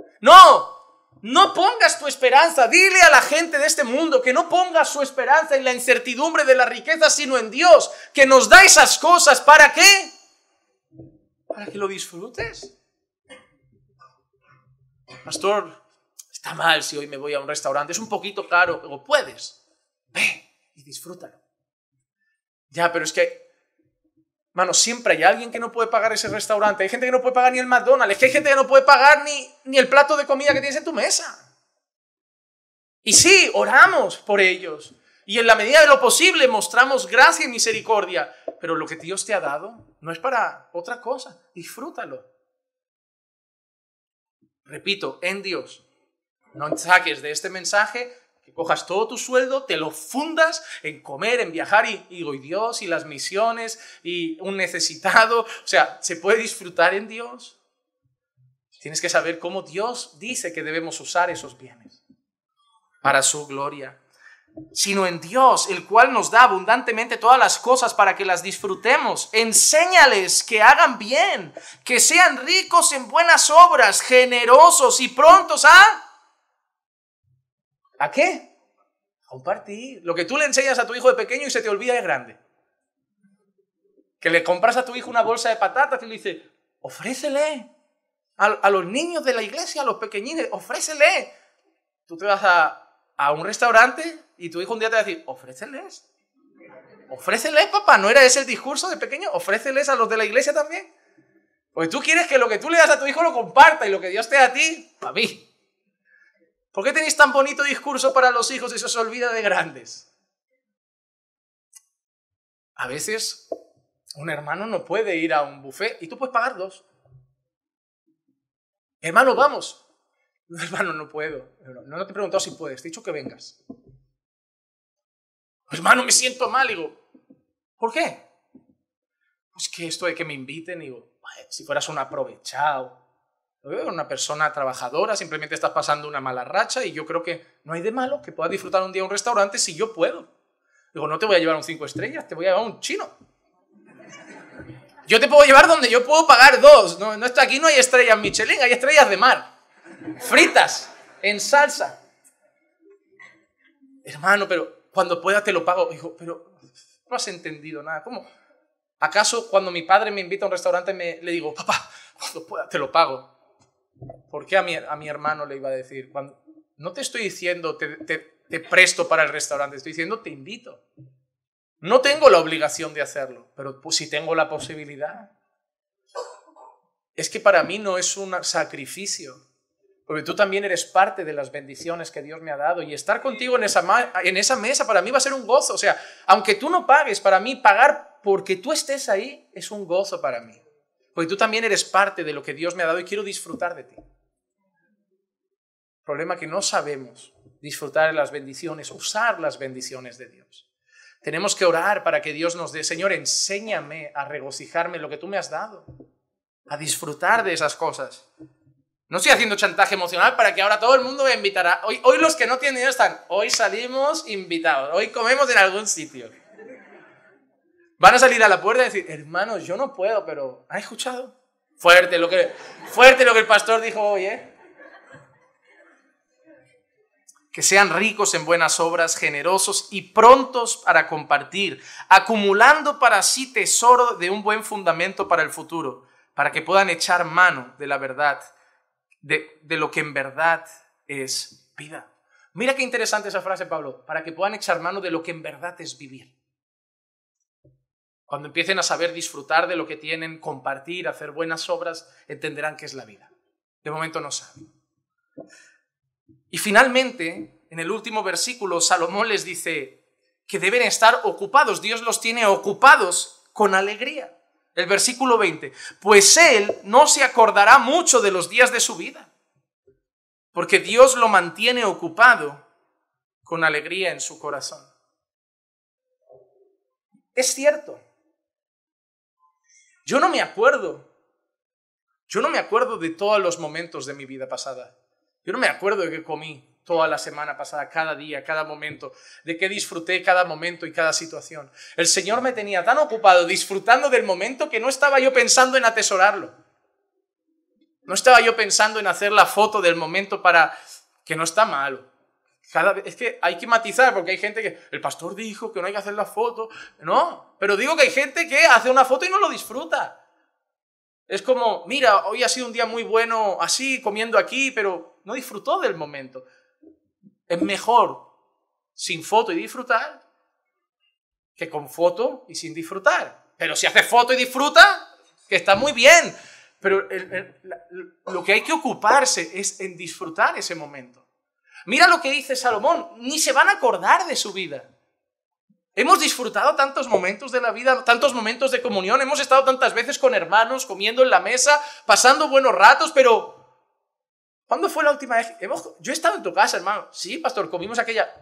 No pongas tu esperanza. Dile a la gente de este mundo que no ponga su esperanza en la incertidumbre de la riqueza, sino en Dios, que nos da esas cosas. ¿Para qué? Para que lo disfrutes. Pastor, está mal si hoy me voy a un restaurante, es un poquito caro. Digo, puedes, ve y disfrútalo. Ya, pero es que, mano, siempre hay alguien que no puede pagar ese restaurante. Hay gente que no puede pagar ni el McDonald's. Es que hay gente que no puede pagar ni el plato de comida que tienes en tu mesa. Y sí, oramos por ellos. Y en la medida de lo posible mostramos gracia y misericordia. Pero lo que Dios te ha dado no es para otra cosa. Disfrútalo. Repito, en Dios. No saques de este mensaje que cojas todo tu sueldo, te lo fundas en comer, en viajar y Dios y las misiones y un necesitado. O sea, ¿se puede disfrutar en Dios? Tienes que saber cómo Dios dice que debemos usar esos bienes para su gloria. Sino en Dios, el cual nos da abundantemente todas las cosas para que las disfrutemos. Enséñales que hagan bien, que sean ricos en buenas obras, generosos y prontos ¿a qué? A compartir. Lo que tú le enseñas a tu hijo de pequeño y se te olvida de grande. Que le compras a tu hijo una bolsa de patatas y le dices, ofrécele a los niños de la iglesia, a los pequeñines, ofrécele. Tú te vas a un restaurante y tu hijo un día te va a decir, ofréceles. Ofréceles, papá. ¿No era ese el discurso de pequeño? Ofréceles a los de la iglesia también. Porque tú quieres que lo que tú le das a tu hijo lo comparta y lo que Dios te da a ti, para mí. ¿Por qué tenéis tan bonito discurso para los hijos y se os olvida de grandes? A veces un hermano no puede ir a un buffet y tú puedes pagar 2. Hermano, vamos. No, hermano, no puedo. No te he preguntado si puedes, te he dicho que vengas. Hermano, me siento mal. Digo, ¿por qué? Pues que esto de que me inviten, digo, si fueras un aprovechado, una persona trabajadora, simplemente estás pasando una mala racha y yo creo que no hay de malo que puedas disfrutar un día en un restaurante si yo puedo. Digo, no te voy a llevar un 5 estrellas, te voy a llevar un chino. Yo te puedo llevar donde yo puedo pagar 2. No, aquí no hay estrellas Michelin, hay estrellas de mar. Fritas, en salsa. Hermano, pero cuando pueda te lo pago. Digo, pero no has entendido nada. ¿Cómo? ¿Acaso cuando mi padre me invita a un restaurante le digo, papá, cuando pueda te lo pago? ¿Por qué a mi hermano le iba a decir? No te estoy diciendo te presto para el restaurante, estoy diciendo te invito. No tengo la obligación de hacerlo, pero pues, si tengo la posibilidad. Es que para mí no es un sacrificio, porque tú también eres parte de las bendiciones que Dios me ha dado y estar contigo en esa mesa para mí va a ser un gozo. O sea, aunque tú no pagues, para mí pagar porque tú estés ahí es un gozo para mí. Porque tú también eres parte de lo que Dios me ha dado y quiero disfrutar de ti. El problema es que no sabemos disfrutar de las bendiciones, usar las bendiciones de Dios. Tenemos que orar para que Dios nos dé, Señor, enséñame a regocijarme en lo que tú me has dado, a disfrutar de esas cosas. No estoy haciendo chantaje emocional para que ahora todo el mundo me invitará. Hoy los que no tienen dinero están, hoy salimos invitados, hoy comemos en algún sitio. Van a salir a la puerta y decir, hermanos, yo no puedo, pero ¿han escuchado? Fuerte lo que el pastor dijo hoy, ¿eh? Que sean ricos en buenas obras, generosos y prontos para compartir, acumulando para sí tesoro de un buen fundamento para el futuro, para que puedan echar mano de la verdad, de lo que en verdad es vida. Mira qué interesante esa frase, Pablo, para que puedan echar mano de lo que en verdad es vivir. Cuando empiecen a saber disfrutar de lo que tienen, compartir, hacer buenas obras, entenderán qué es la vida. De momento no saben. Y finalmente, en el último versículo, Salomón les dice que deben estar ocupados. Dios los tiene ocupados con alegría. El versículo 20, pues él no se acordará mucho de los días de su vida, porque Dios lo mantiene ocupado con alegría en su corazón. Es cierto. Yo no me acuerdo de todos los momentos de mi vida pasada. Yo no me acuerdo de qué comí toda la semana pasada, cada día, cada momento, de qué disfruté cada momento y cada situación. El Señor me tenía tan ocupado disfrutando del momento que no estaba yo pensando en atesorarlo. No estaba yo pensando en hacer la foto del momento para... que no está malo. Es que hay que matizar, porque hay gente que... El pastor dijo que no hay que hacer la foto. No, pero digo que hay gente que hace una foto y no lo disfruta. Es como, mira, hoy ha sido un día muy bueno así, comiendo aquí, pero no disfrutó del momento. Es mejor sin foto y disfrutar que con foto y sin disfrutar. Pero si hace foto y disfruta, que está muy bien. Pero lo que hay que ocuparse es en disfrutar ese momento. Mira lo que dice Salomón, ni se van a acordar de su vida. Hemos disfrutado tantos momentos de la vida, tantos momentos de comunión, hemos estado tantas veces con hermanos, comiendo en la mesa, pasando buenos ratos, pero... ¿Cuándo fue la última vez? Yo he estado en tu casa, hermano. Sí, pastor, comimos aquella...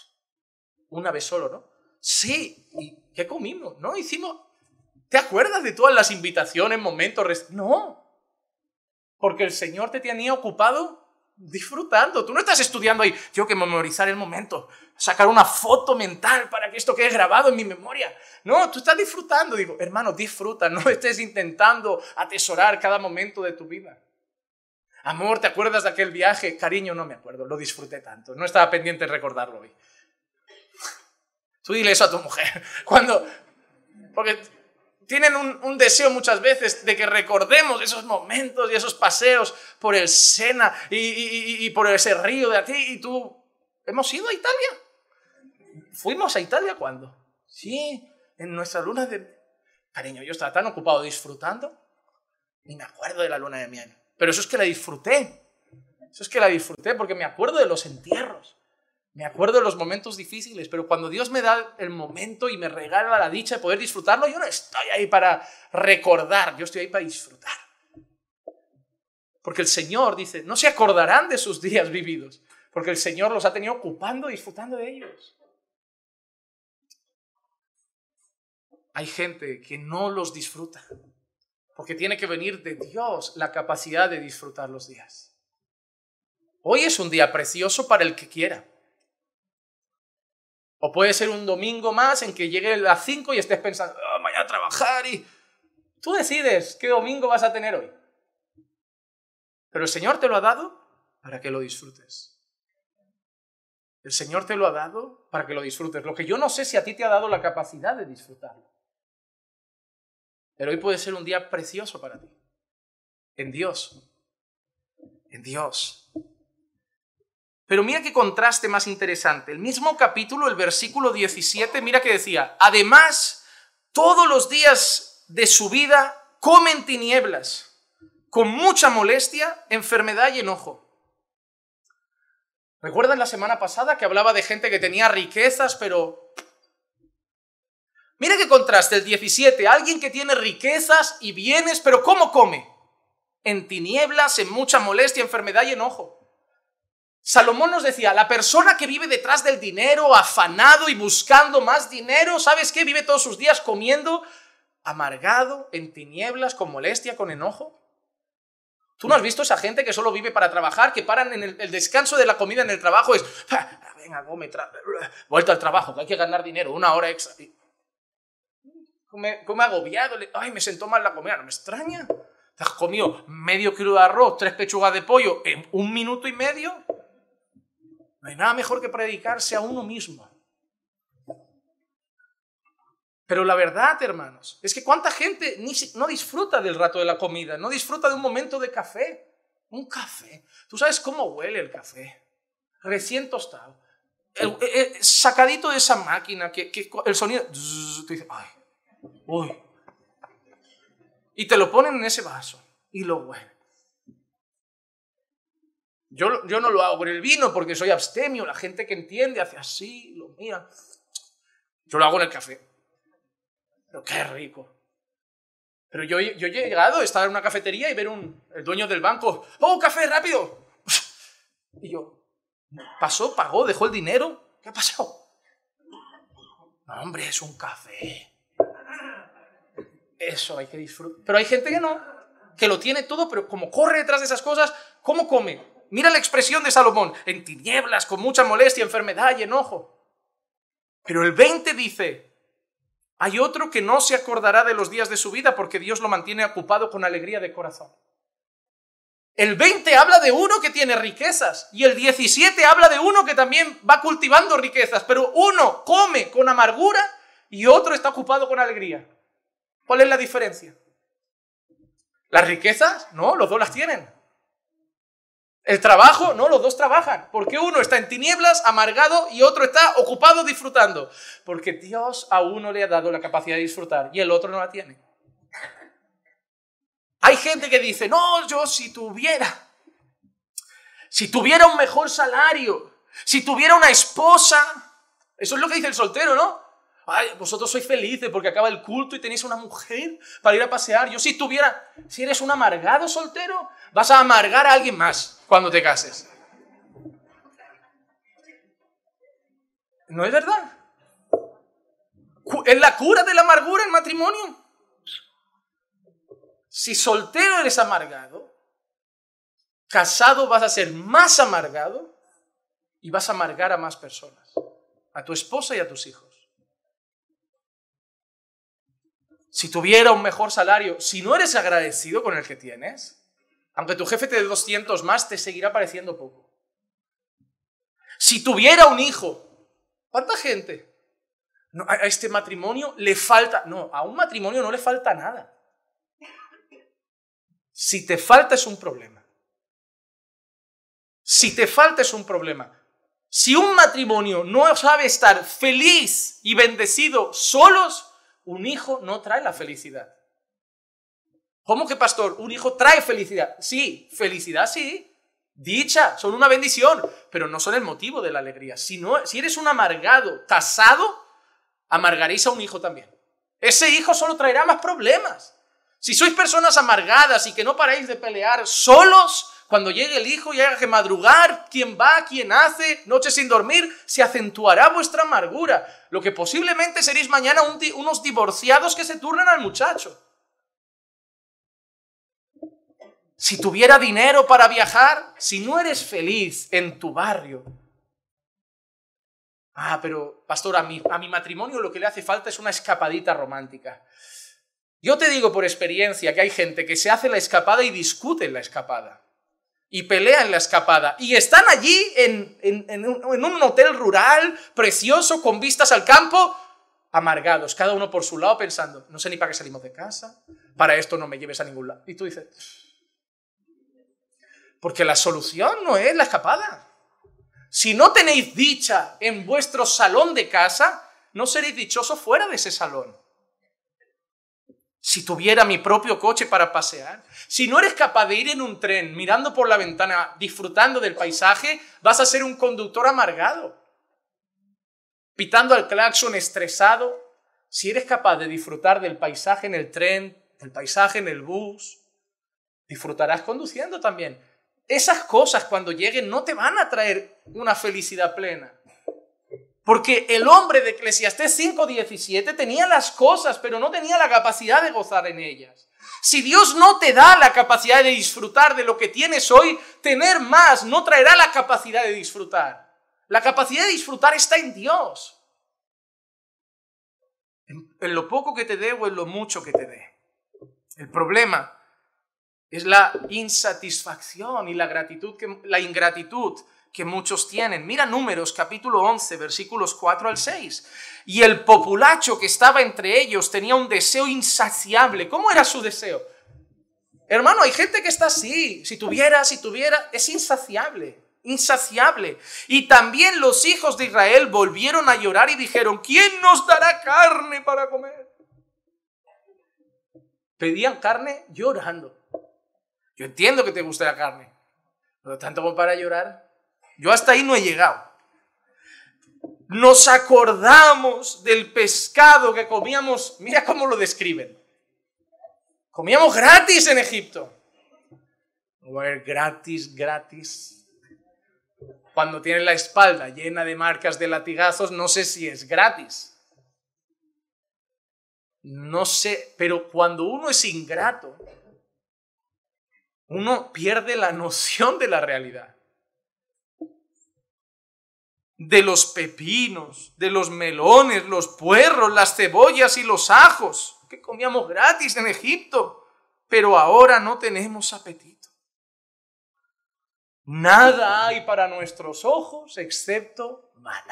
Una vez solo, ¿no? Sí, ¿y qué comimos? ¿No? Hicimos... ¿Te acuerdas de todas las invitaciones, momentos? No, porque el Señor te tenía ocupado disfrutando. Tú no estás estudiando ahí, tengo que memorizar el momento, sacar una foto mental para que esto quede grabado en mi memoria. No, tú estás disfrutando. Digo, hermano, disfruta, no estés intentando atesorar cada momento de tu vida. Amor, ¿te acuerdas de aquel viaje? Cariño, no me acuerdo, lo disfruté tanto, no estaba pendiente de recordarlo hoy. Tú dile eso a tu mujer. Porque tienen un deseo muchas veces de que recordemos esos momentos y esos paseos por el Sena y por ese río de aquí. Y tú, ¿hemos ido a Italia? ¿Fuimos a Italia cuándo? Sí, en nuestra luna de... Cariño, yo estaba tan ocupado disfrutando, ni me acuerdo de la luna de miel. Pero eso es que la disfruté. Eso es que la disfruté porque me acuerdo de los entierros. Me acuerdo de los momentos difíciles, pero cuando Dios me da el momento y me regala la dicha de poder disfrutarlo, yo no estoy ahí para recordar, yo estoy ahí para disfrutar. Porque el Señor dice, no se acordarán de sus días vividos, porque el Señor los ha tenido ocupando, disfrutando de ellos. Hay gente que no los disfruta, porque tiene que venir de Dios la capacidad de disfrutar los días. Hoy es un día precioso para el que quiera. O puede ser un domingo más en que llegue a las 5 y estés pensando, oh, mañana a trabajar y... Tú decides qué domingo vas a tener hoy. Pero el Señor te lo ha dado para que lo disfrutes. El Señor te lo ha dado para que lo disfrutes. Lo que yo no sé si a ti te ha dado la capacidad de disfrutarlo. Pero hoy puede ser un día precioso para ti. En Dios. En Dios. Pero mira qué contraste más interesante. El mismo capítulo, el versículo 17, mira que decía, además, todos los días de su vida comen tinieblas, con mucha molestia, enfermedad y enojo. ¿Recuerdan la semana pasada que hablaba de gente que tenía riquezas, pero... Mira qué contraste, el 17, alguien que tiene riquezas y bienes, pero ¿cómo come? En tinieblas, en mucha molestia, enfermedad y enojo. Salomón nos decía, la persona que vive detrás del dinero, afanado y buscando más dinero, ¿sabes qué? Vive todos sus días comiendo, amargado, en tinieblas, con molestia, con enojo. ¿Tú no has visto esa gente que solo vive para trabajar, que paran en el descanso de la comida en el trabajo? Es, venga, vuelta al trabajo, que hay que ganar dinero, 1 hora extra. Come agobiado, ay, me sentó mal la comida, no me extraña. ¿Te has comido medio kilo de arroz, 3 pechugas de pollo en 1 minuto y medio? No hay nada mejor que predicarse a uno mismo. Pero la verdad, hermanos, es que cuánta gente no disfruta del rato de la comida, no disfruta de un momento de café. Un café. ¿Tú sabes cómo huele el café? Recién tostado. Sacadito de esa máquina, que el sonido... Tú dices, ay, uy. Y te lo ponen en ese vaso y lo huele. Yo no lo hago con el vino porque soy abstemio. La gente que entiende hace así, lo mira. Yo lo hago en el café. Pero qué rico. Pero yo he llegado a estar en una cafetería y ver el dueño del banco. ¡Oh, café, rápido! Y yo, pasó, pagó, dejó el dinero. ¿Qué ha pasado? No, hombre, es un café. Eso hay que disfrutar. Pero hay gente que no, que lo tiene todo, pero como corre detrás de esas cosas, ¿cómo come? Mira la expresión de Salomón, en tinieblas, con mucha molestia, enfermedad y enojo. Pero el 20 dice, hay otro que no se acordará de los días de su vida porque Dios lo mantiene ocupado con alegría de corazón. El 20 habla de uno que tiene riquezas y el 17 habla de uno que también va cultivando riquezas, pero uno come con amargura y otro está ocupado con alegría. ¿Cuál es la diferencia? ¿Las riquezas? No, los dos las tienen. ¿El trabajo? No, los dos trabajan. ¿Por qué uno está en tinieblas, amargado, y otro está ocupado disfrutando? Porque Dios a uno le ha dado la capacidad de disfrutar y el otro no la tiene. Hay gente que dice, no, yo si tuviera un mejor salario, si tuviera una esposa, eso es lo que dice el soltero, ¿no? Ay, vosotros sois felices porque acaba el culto y tenéis una mujer para ir a pasear. Yo si eres un amargado soltero, vas a amargar a alguien más cuando te cases. ¿No es verdad? ¿Es la cura de la amargura el matrimonio? Si soltero eres amargado, casado vas a ser más amargado y vas a amargar a más personas, a tu esposa y a tus hijos. Si tuviera un mejor salario, si no eres agradecido con el que tienes, aunque tu jefe te dé 200 más, te seguirá pareciendo poco. Si tuviera un hijo, ¿cuánta gente? No, a este matrimonio le falta, no, a un matrimonio no le falta nada. Si te falta es un problema. Si te falta es un problema. Si un matrimonio no sabe estar feliz y bendecido solos, un hijo no trae la felicidad. ¿Cómo que, pastor? Un hijo trae felicidad. Sí, felicidad sí. Dicha, son una bendición, pero no son el motivo de la alegría. Si eres un amargado casado, amargaréis a un hijo también. Ese hijo solo traerá más problemas. Si sois personas amargadas y que no paráis de pelear solos, cuando llegue el hijo y haya que madrugar, quién va, quién hace, noches sin dormir, se acentuará vuestra amargura. Lo que posiblemente seréis mañana unos divorciados que se turnan al muchacho. Si tuviera dinero para viajar, si no eres feliz en tu barrio. Pero pastor, a mi matrimonio lo que le hace falta es una escapadita romántica. Yo te digo por experiencia que hay gente que se hace la escapada y discute en la escapada. Y pelea en la escapada. Y están allí en un hotel rural, precioso, con vistas al campo, amargados, cada uno por su lado, pensando, no sé ni para qué salimos de casa, para esto no me lleves a ningún lado. Y tú dices, porque la solución no es la escapada. Si no tenéis dicha en vuestro salón de casa, no seréis dichosos fuera de ese salón. Si tuviera mi propio coche para pasear, si no eres capaz de ir en un tren mirando por la ventana, disfrutando del paisaje, vas a ser un conductor amargado, pitando al claxon estresado. Si eres capaz de disfrutar del paisaje en el tren, del paisaje en el bus, disfrutarás conduciendo también. Esas cosas cuando lleguen no te van a traer una felicidad plena. Porque el hombre de Eclesiastés 5:17 tenía las cosas, pero no tenía la capacidad de gozar en ellas. Si Dios no te da la capacidad de disfrutar de lo que tienes hoy, tener más no traerá la capacidad de disfrutar. La capacidad de disfrutar está en Dios. En lo poco que te dé o en lo mucho que te dé. El problema es la insatisfacción y la ingratitud que muchos tienen. Mira Números capítulo 11, versículos 4 al 6. Y el populacho que estaba entre ellos tenía un deseo insaciable. ¿Cómo era su deseo? Hermano, hay gente que está así. Si tuviera, es insaciable. Y también los hijos de Israel volvieron a llorar y dijeron, ¿quién nos dará carne para comer? Pedían carne llorando. Yo entiendo que te guste la carne. Pero tanto como para llorar. Yo hasta ahí no he llegado. Nos acordamos del pescado que comíamos. Mira cómo lo describen. Comíamos gratis en Egipto. Gratis. Cuando tienes la espalda llena de marcas de latigazos, no sé si es gratis. No sé, pero cuando uno es ingrato, uno pierde la noción de la realidad. De los pepinos, de los melones, los puerros, las cebollas y los ajos que comíamos gratis en Egipto, pero ahora no tenemos apetito. Nada hay para nuestros ojos excepto maná.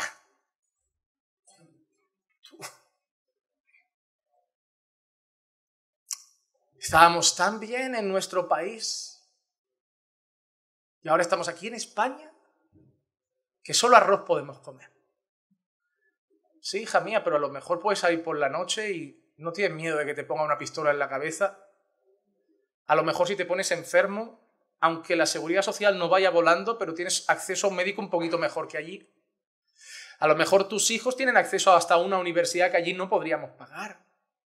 Estábamos tan bien en nuestro país y ahora estamos aquí en España que solo arroz podemos comer. Sí, hija mía, pero a lo mejor puedes salir por la noche y no tienes miedo de que te ponga una pistola en la cabeza. A lo mejor si te pones enfermo, aunque la seguridad social no vaya volando, pero tienes acceso a un médico un poquito mejor que allí. A lo mejor tus hijos tienen acceso hasta una universidad que allí no podríamos pagar.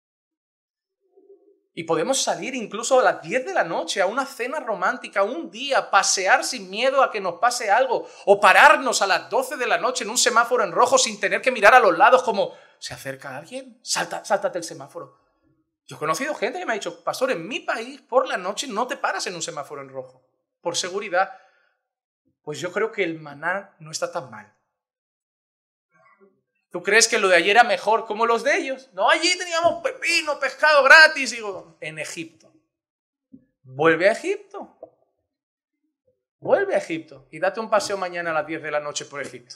Y podemos salir incluso a las 10 de la noche a una cena romántica, un día, pasear sin miedo a que nos pase algo, o pararnos a las 12 de la noche en un semáforo en rojo sin tener que mirar a los lados como, ¿se acerca alguien? Sáltate el semáforo. Yo he conocido gente que me ha dicho, pastor, en mi país por la noche no te paras en un semáforo en rojo, por seguridad. Pues yo creo que el maná no está tan mal. ¿Tú crees que lo de ayer era mejor como los de ellos? No, allí teníamos pepino, pescado gratis. Digo, en Egipto. Vuelve a Egipto. Vuelve a Egipto y date un paseo mañana a las 10 de la noche por Egipto.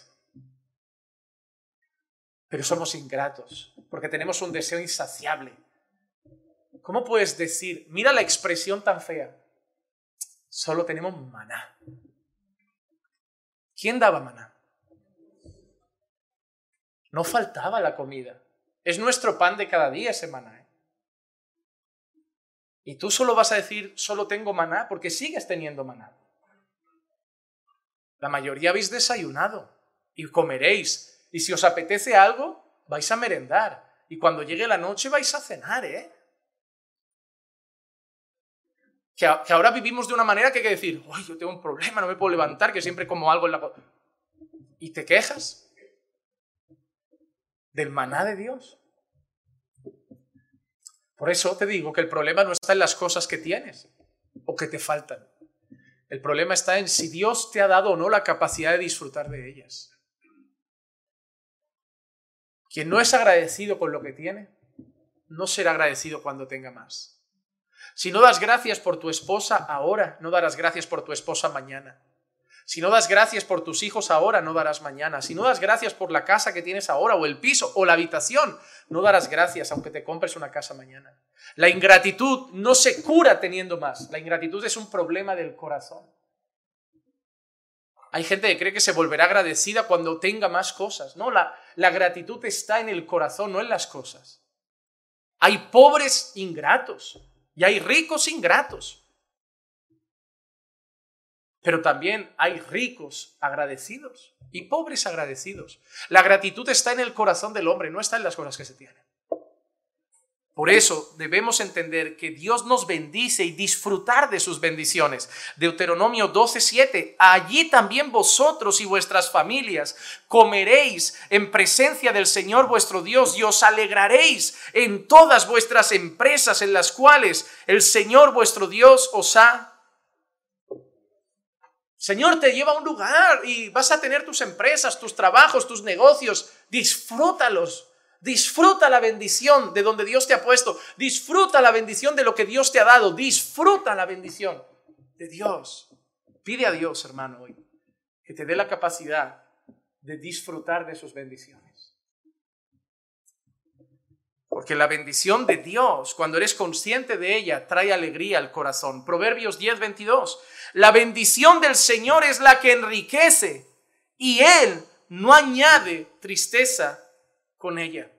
Pero somos ingratos porque tenemos un deseo insaciable. ¿Cómo puedes decir, mira la expresión tan fea? Solo tenemos maná. ¿Quién daba maná? No faltaba la comida. Es nuestro pan de cada día ese maná. Y tú solo vas a decir, solo tengo maná, porque sigues teniendo maná. La mayoría habéis desayunado y comeréis. Y si os apetece algo, vais a merendar. Y cuando llegue la noche vais a cenar, Que ahora vivimos de una manera que hay que decir, ¡ay, yo tengo un problema, no me puedo levantar, que siempre como algo en la... ¿Y te quejas del maná de Dios? Por eso te digo que el problema no está en las cosas que tienes o que te faltan. El problema está en si Dios te ha dado o no la capacidad de disfrutar de ellas. Quien no es agradecido con lo que tiene, no será agradecido cuando tenga más. Si no das gracias por tu esposa ahora, no darás gracias por tu esposa mañana. Si no das gracias por tus hijos ahora, no darás mañana. Si no das gracias por la casa que tienes ahora, o el piso, o la habitación, no darás gracias aunque te compres una casa mañana. La ingratitud no se cura teniendo más. La ingratitud es un problema del corazón. Hay gente que cree que se volverá agradecida cuando tenga más cosas. No, la gratitud está en el corazón, no en las cosas. Hay pobres ingratos y hay ricos ingratos. Pero también hay ricos agradecidos y pobres agradecidos. La gratitud está en el corazón del hombre, no está en las cosas que se tienen. Por eso debemos entender que Dios nos bendice y disfrutar de sus bendiciones. Deuteronomio 12:7. Allí también vosotros y vuestras familias comeréis en presencia del Señor vuestro Dios y os alegraréis en todas vuestras empresas en las cuales el Señor vuestro Dios os ha... Señor te lleva a un lugar y vas a tener tus empresas, tus trabajos, tus negocios. Disfrútalos. Disfruta la bendición de donde Dios te ha puesto. Disfruta la bendición de lo que Dios te ha dado. Disfruta la bendición de Dios. Pide a Dios, hermano, hoy que te dé la capacidad de disfrutar de sus bendiciones. Porque la bendición de Dios, cuando eres consciente de ella, trae alegría al corazón. Proverbios 10:22. La bendición del Señor es la que enriquece y Él no añade tristeza con ella.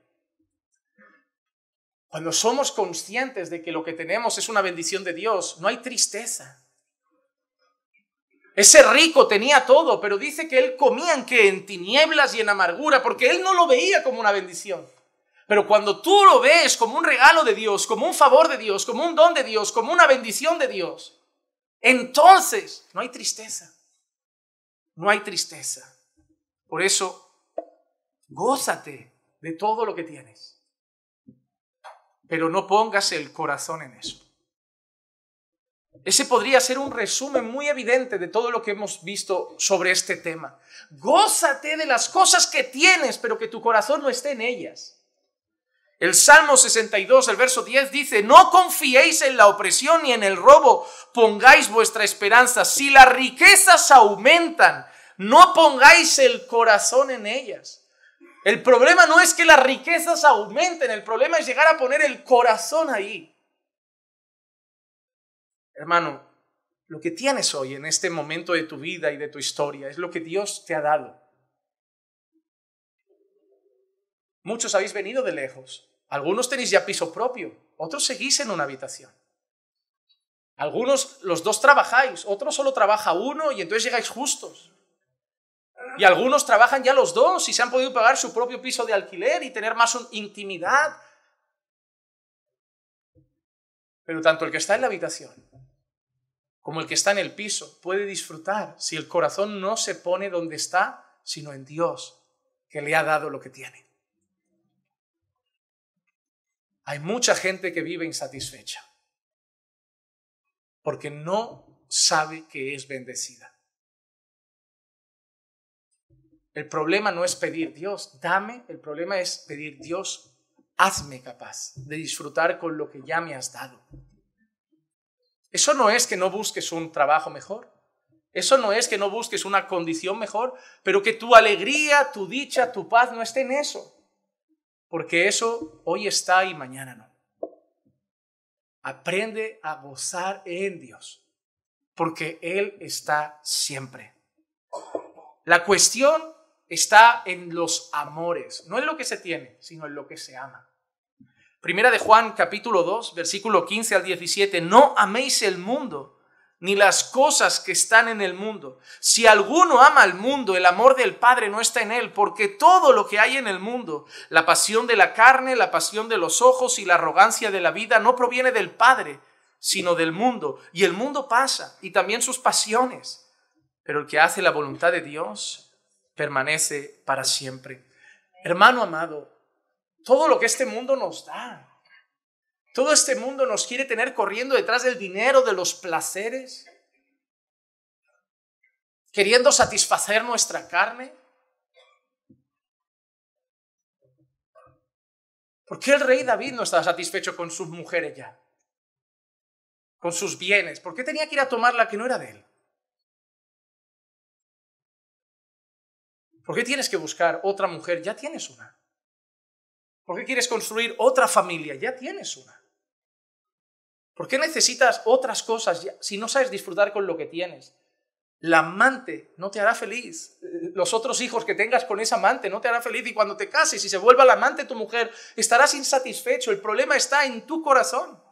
Cuando somos conscientes de que lo que tenemos es una bendición de Dios, no hay tristeza. Ese rico tenía todo, pero dice que él comía en tinieblas y en amargura, porque él no lo veía como una bendición. Pero cuando tú lo ves como un regalo de Dios, como un favor de Dios, como un don de Dios, como una bendición de Dios, entonces no hay tristeza. No hay tristeza. Por eso, gózate de todo lo que tienes. Pero no pongas el corazón en eso. Ese podría ser un resumen muy evidente de todo lo que hemos visto sobre este tema. Gózate de las cosas que tienes, pero que tu corazón no esté en ellas. El Salmo 62, el verso 10 dice: no confiéis en la opresión ni en el robo, pongáis vuestra esperanza. Si las riquezas aumentan, no pongáis el corazón en ellas. El problema no es que las riquezas aumenten, el problema es llegar a poner el corazón ahí. Hermano, lo que tienes hoy en este momento de tu vida y de tu historia es lo que Dios te ha dado. Muchos habéis venido de lejos. Algunos tenéis ya piso propio, otros seguís en una habitación. Algunos, los dos trabajáis, otros solo trabaja uno y entonces llegáis justos. Y algunos trabajan ya los dos y se han podido pagar su propio piso de alquiler y tener más intimidad. Pero tanto el que está en la habitación como el que está en el piso puede disfrutar si el corazón no se pone donde está, sino en Dios, que le ha dado lo que tiene. Hay mucha gente que vive insatisfecha porque no sabe que es bendecida. El problema no es pedir: Dios, dame. El problema es pedir: Dios, hazme capaz de disfrutar con lo que ya me has dado. Eso no es que no busques un trabajo mejor. Eso no es que no busques una condición mejor, pero que tu alegría, tu dicha, tu paz no esté en eso. Porque eso hoy está y mañana no. Aprende a gozar en Dios, porque Él está siempre. La cuestión está en los amores, no en lo que se tiene, sino en lo que se ama. Primera de Juan, capítulo 2, versículo 15 al 17. No améis el mundo, ni las cosas que están en el mundo. Si alguno ama al mundo, el amor del Padre no está en él, porque todo lo que hay en el mundo, la pasión de la carne, la pasión de los ojos y la arrogancia de la vida, no proviene del Padre, sino del mundo. Y el mundo pasa, y también sus pasiones. Pero el que hace la voluntad de Dios permanece para siempre. Hermano amado, todo lo que este mundo nos da, todo este mundo nos quiere tener corriendo detrás del dinero, de los placeres, queriendo satisfacer nuestra carne. ¿Por qué el rey David no estaba satisfecho con sus mujeres ya? Con sus bienes. ¿Por qué tenía que ir a tomar la que no era de él? ¿Por qué tienes que buscar otra mujer? Ya tienes una. ¿Por qué quieres construir otra familia? Ya tienes una. ¿Por qué necesitas otras cosas si no sabes disfrutar con lo que tienes? La amante no te hará feliz. Los otros hijos que tengas con esa amante no te hará feliz. Y cuando te cases y se vuelva la amante tu mujer, estarás insatisfecho. El problema está en tu corazón.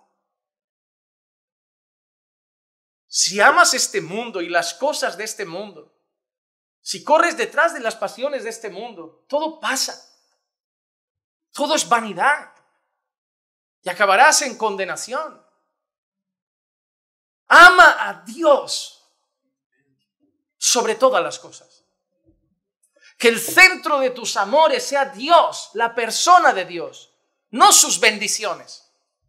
Si amas este mundo y las cosas de este mundo, si corres detrás de las pasiones de este mundo, todo pasa. Todo es vanidad. Y acabarás en condenación. Ama a Dios sobre todas las cosas. Que el centro de tus amores sea Dios, la persona de Dios, no sus bendiciones.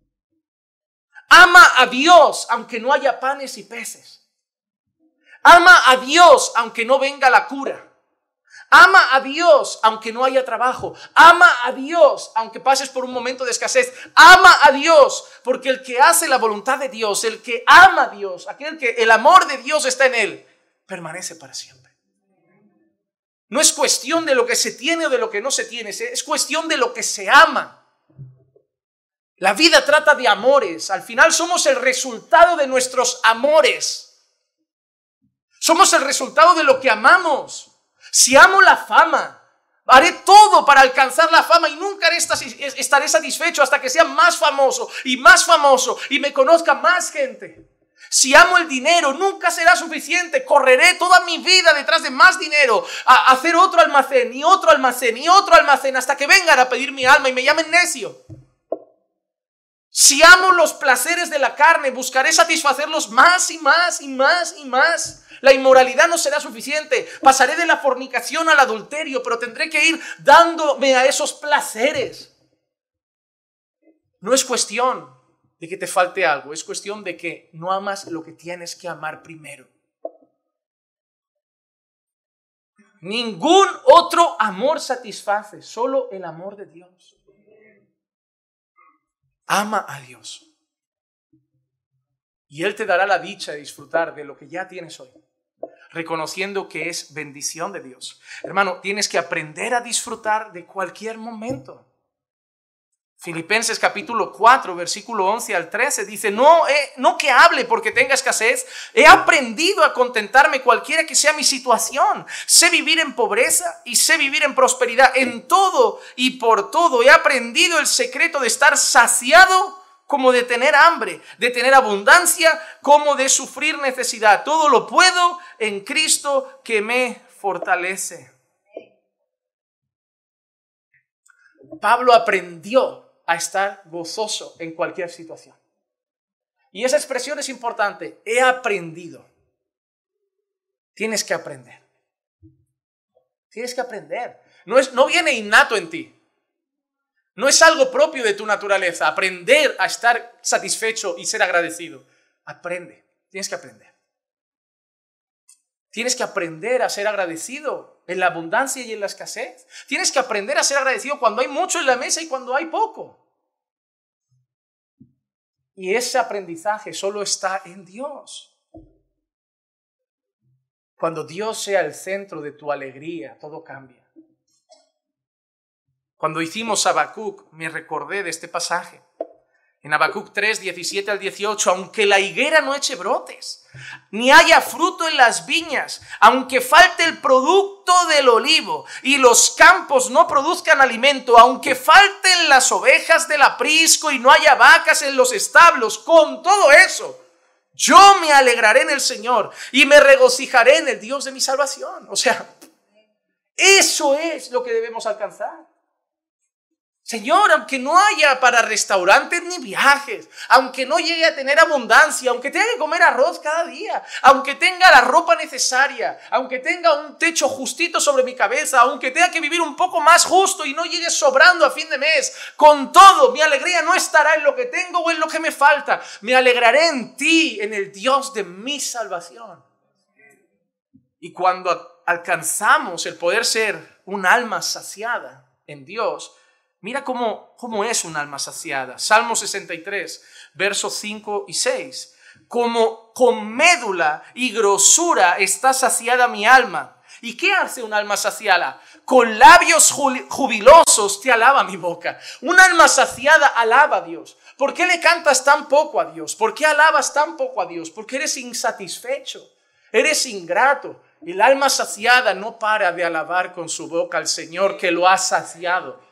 Ama a Dios aunque no haya panes y peces. Ama a Dios aunque no venga la cura. Ama a Dios aunque no haya trabajo. Ama a Dios aunque pases por un momento de escasez. Ama a Dios porque el que hace la voluntad de Dios, el que ama a Dios, aquel que el amor de Dios está en él, permanece para siempre. No es cuestión de lo que se tiene o de lo que no se tiene, es cuestión de lo que se ama. La vida trata de amores. Al final somos el resultado de nuestros amores. Somos el resultado de lo que amamos. Si amo la fama, haré todo para alcanzar la fama y nunca estaré satisfecho hasta que sea más famoso y me conozca más gente. Si amo el dinero, nunca será suficiente. Correré toda mi vida detrás de más dinero, a hacer otro almacén y otro almacén y otro almacén hasta que vengan a pedir mi alma y me llamen necio. Si amo los placeres de la carne, buscaré satisfacerlos más y más y más y más. La inmoralidad no será suficiente. Pasaré de la fornicación al adulterio, pero tendré que ir dándome a esos placeres. No es cuestión de que te falte algo, es cuestión de que no amas lo que tienes que amar primero. Ningún otro amor satisface, solo el amor de Dios. Ama a Dios. Y Él te dará la dicha de disfrutar de lo que ya tienes hoy, reconociendo que es bendición de Dios. Hermano, tienes que aprender a disfrutar de cualquier momento. Filipenses capítulo 4, versículo 11 al 13 dice, no que hable porque tenga escasez, he aprendido a contentarme cualquiera que sea mi situación. Sé vivir en pobreza y sé vivir en prosperidad. En todo y por todo he aprendido el secreto de estar saciado como de tener hambre, de tener abundancia como de sufrir necesidad. Todo lo puedo en Cristo que me fortalece. Pablo aprendió a estar gozoso en cualquier situación. Y esa expresión es importante. He aprendido. Tienes que aprender. Tienes que aprender. No viene innato en ti. No es algo propio de tu naturaleza. Aprender a estar satisfecho y ser agradecido. Aprende. Tienes que aprender. Tienes que aprender a ser agradecido en la abundancia y en la escasez. Tienes que aprender a ser agradecido cuando hay mucho en la mesa y cuando hay poco. Y ese aprendizaje solo está en Dios. Cuando Dios sea el centro de tu alegría, todo cambia. Cuando hicimos Habacuc, me recordé de este pasaje. En Habacuc 3, 17 al 18, aunque la higuera no eche brotes, ni haya fruto en las viñas, aunque falte el producto del olivo y los campos no produzcan alimento, aunque falten las ovejas del aprisco y no haya vacas en los establos, con todo eso, yo me alegraré en el Señor y me regocijaré en el Dios de mi salvación. O sea, eso es lo que debemos alcanzar. Señor, aunque no haya para restaurantes ni viajes, aunque no llegue a tener abundancia, aunque tenga que comer arroz cada día, aunque tenga la ropa necesaria, aunque tenga un techo justito sobre mi cabeza, aunque tenga que vivir un poco más justo y no llegue sobrando a fin de mes, con todo, mi alegría no estará en lo que tengo o en lo que me falta. Me alegraré en ti, en el Dios de mi salvación. Y cuando alcanzamos el poder ser un alma saciada en Dios, mira cómo es un alma saciada. Salmo 63, versos 5 y 6. Como con médula y grosura está saciada mi alma. ¿Y qué hace un alma saciada? Con labios jubilosos te alaba mi boca. Un alma saciada alaba a Dios. ¿Por qué le cantas tan poco a Dios? ¿Por qué alabas tan poco a Dios? Porque eres insatisfecho, eres ingrato. El alma saciada no para de alabar con su boca al Señor que lo ha saciado.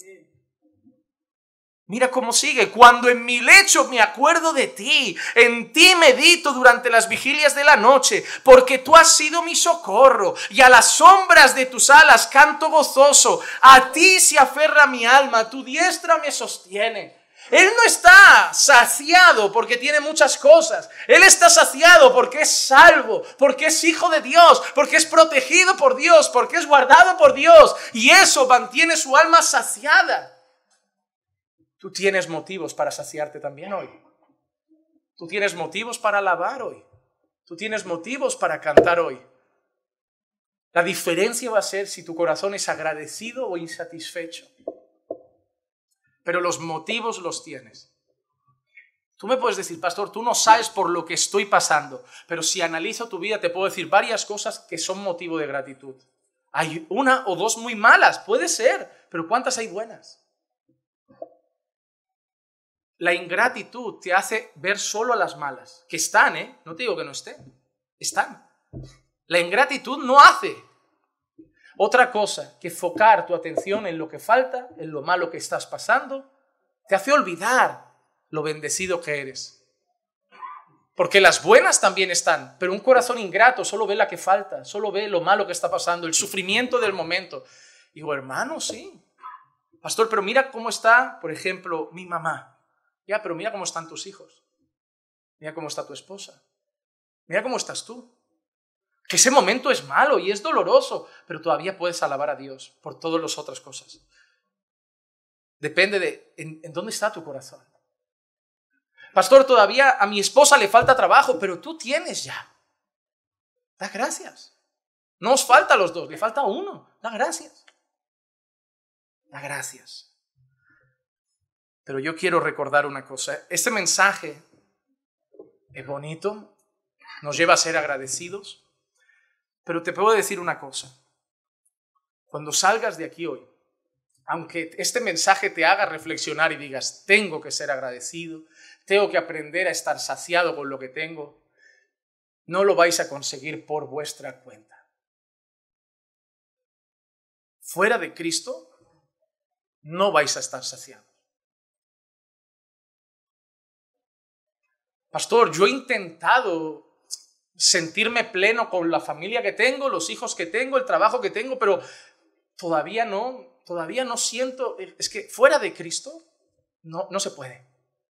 Mira cómo sigue. Cuando en mi lecho me acuerdo de ti, en ti medito durante las vigilias de la noche, porque tú has sido mi socorro y a las sombras de tus alas canto gozoso. A ti se aferra mi alma, tu diestra me sostiene. Él no está saciado porque tiene muchas cosas. Él está saciado porque es salvo, porque es hijo de Dios, porque es protegido por Dios, porque es guardado por Dios. Y eso mantiene su alma saciada. Tú tienes motivos para saciarte también hoy. Tú tienes motivos para alabar hoy. Tú tienes motivos para cantar hoy. La diferencia va a ser si tu corazón es agradecido o insatisfecho. Pero los motivos los tienes. Tú me puedes decir, pastor, tú no sabes por lo que estoy pasando, pero si analizo tu vida te puedo decir varias cosas que son motivo de gratitud. Hay una o dos muy malas, puede ser, pero ¿cuántas hay buenas? La ingratitud te hace ver solo a las malas, que están, no te digo que no estén, están. La ingratitud no hace otra cosa que enfocar tu atención en lo que falta, en lo malo que estás pasando, te hace olvidar lo bendecido que eres. Porque las buenas también están, pero un corazón ingrato solo ve la que falta, solo ve lo malo que está pasando, el sufrimiento del momento. Digo, hermano, sí. Pastor, pero mira cómo está, por ejemplo, mi mamá. Ya, pero mira cómo están tus hijos. Mira cómo está tu esposa. Mira cómo estás tú. Que ese momento es malo y es doloroso, pero todavía puedes alabar a Dios por todas las otras cosas. Depende de en dónde está tu corazón. Pastor, todavía a mi esposa le falta trabajo, pero tú tienes ya. Da gracias. No os falta a los dos, le falta uno. Da gracias. Da gracias. Pero yo quiero recordar una cosa. Este mensaje es bonito, nos lleva a ser agradecidos, pero te puedo decir una cosa. Cuando salgas de aquí hoy, aunque este mensaje te haga reflexionar y digas, tengo que ser agradecido, tengo que aprender a estar saciado con lo que tengo, no lo vais a conseguir por vuestra cuenta. Fuera de Cristo, no vais a estar saciados. Pastor, yo he intentado sentirme pleno con la familia que tengo, los hijos que tengo, el trabajo que tengo, pero todavía no siento, es que fuera de Cristo no se puede.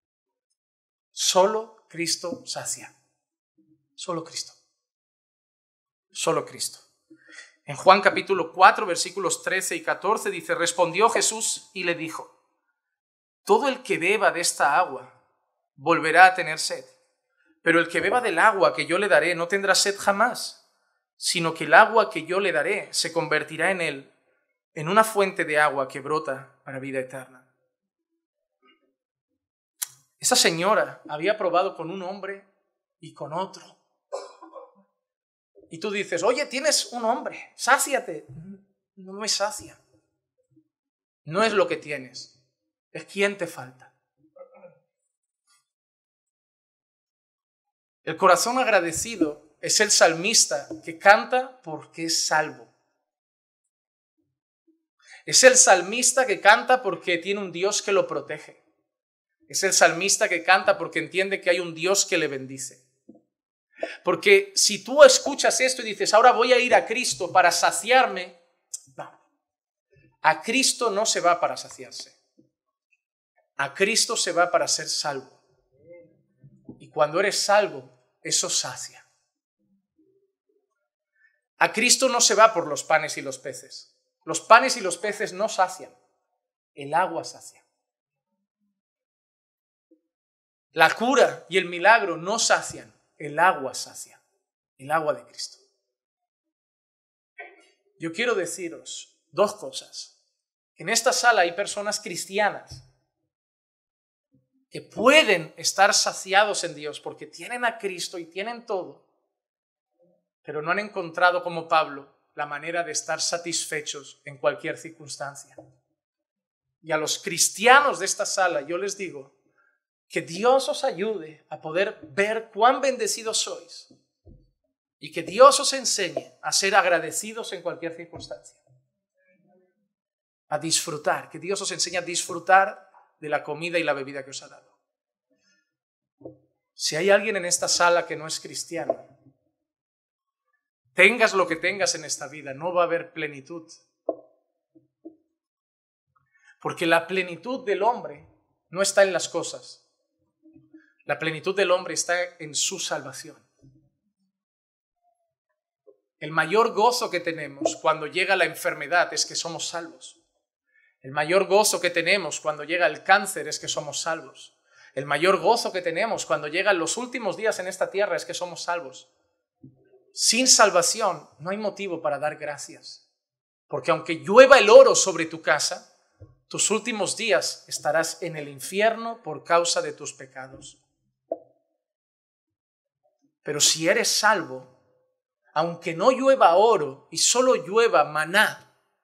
Solo Cristo sacia. Solo Cristo. Solo Cristo. En Juan capítulo 4, versículos 13 y 14 dice, respondió Jesús y le dijo, todo el que beba de esta agua volverá a tener sed, pero el que beba del agua que yo le daré no tendrá sed jamás, sino que el agua que yo le daré se convertirá en él en una fuente de agua que brota para vida eterna. Esa señora había probado con un hombre y con otro. Y tú dices, oye, tienes un hombre, sáciate. No me sacia. No es lo que tienes, es quién te falta. El corazón agradecido es el salmista que canta porque es salvo. Es el salmista que canta porque tiene un Dios que lo protege. Es el salmista que canta porque entiende que hay un Dios que le bendice. Porque si tú escuchas esto y dices, ahora voy a ir a Cristo para saciarme, no. A Cristo no se va para saciarse. A Cristo se va para ser salvo. Y cuando eres salvo, eso sacia. A Cristo no se va por los panes y los peces. Los panes y los peces no sacian. El agua sacia. La cura y el milagro no sacian. El agua sacia. El agua de Cristo. Yo quiero deciros dos cosas. En esta sala hay personas cristianas que pueden estar saciados en Dios porque tienen a Cristo y tienen todo, pero no han encontrado, como Pablo, la manera de estar satisfechos en cualquier circunstancia. Y a los cristianos de esta sala yo les digo que Dios os ayude a poder ver cuán bendecidos sois y que Dios os enseñe a ser agradecidos en cualquier circunstancia. A disfrutar, que Dios os enseñe a disfrutar de la comida y la bebida que os ha dado. Si hay alguien en esta sala que no es cristiano, tengas lo que tengas en esta vida, no va a haber plenitud. Porque la plenitud del hombre no está en las cosas. La plenitud del hombre está en su salvación. El mayor gozo que tenemos cuando llega la enfermedad es que somos salvos. El mayor gozo que tenemos cuando llega el cáncer es que somos salvos. El mayor gozo que tenemos cuando llegan los últimos días en esta tierra es que somos salvos. Sin salvación no hay motivo para dar gracias. Porque aunque llueva el oro sobre tu casa, tus últimos días estarás en el infierno por causa de tus pecados. Pero si eres salvo, aunque no llueva oro y solo llueva maná,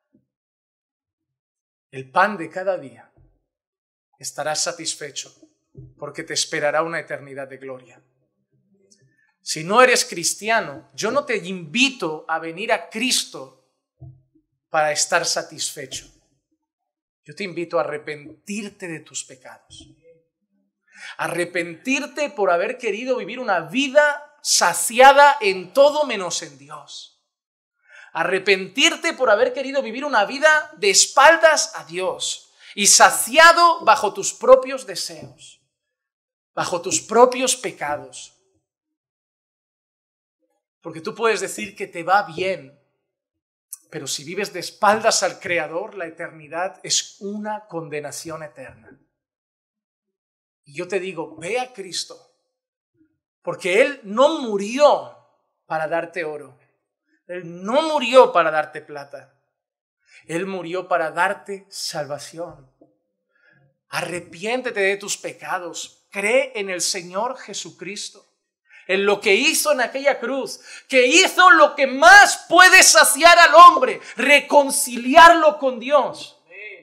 el pan de cada día, estarás satisfecho porque te esperará una eternidad de gloria. Si no eres cristiano, yo no te invito a venir a Cristo para estar satisfecho. Yo te invito a arrepentirte de tus pecados. Arrepentirte por haber querido vivir una vida saciada en todo menos en Dios. Arrepentirte por haber querido vivir una vida de espaldas a Dios y saciado bajo tus propios deseos, bajo tus propios pecados. Porque tú puedes decir que te va bien, pero si vives de espaldas al Creador, la eternidad es una condenación eterna. Y yo te digo, ve a Cristo, porque Él no murió para darte oro. Él no murió para darte plata. Él murió para darte salvación. Arrepiéntete de tus pecados. Cree en el Señor Jesucristo, en lo que hizo en aquella cruz, que hizo lo que más puede saciar al hombre, reconciliarlo con Dios.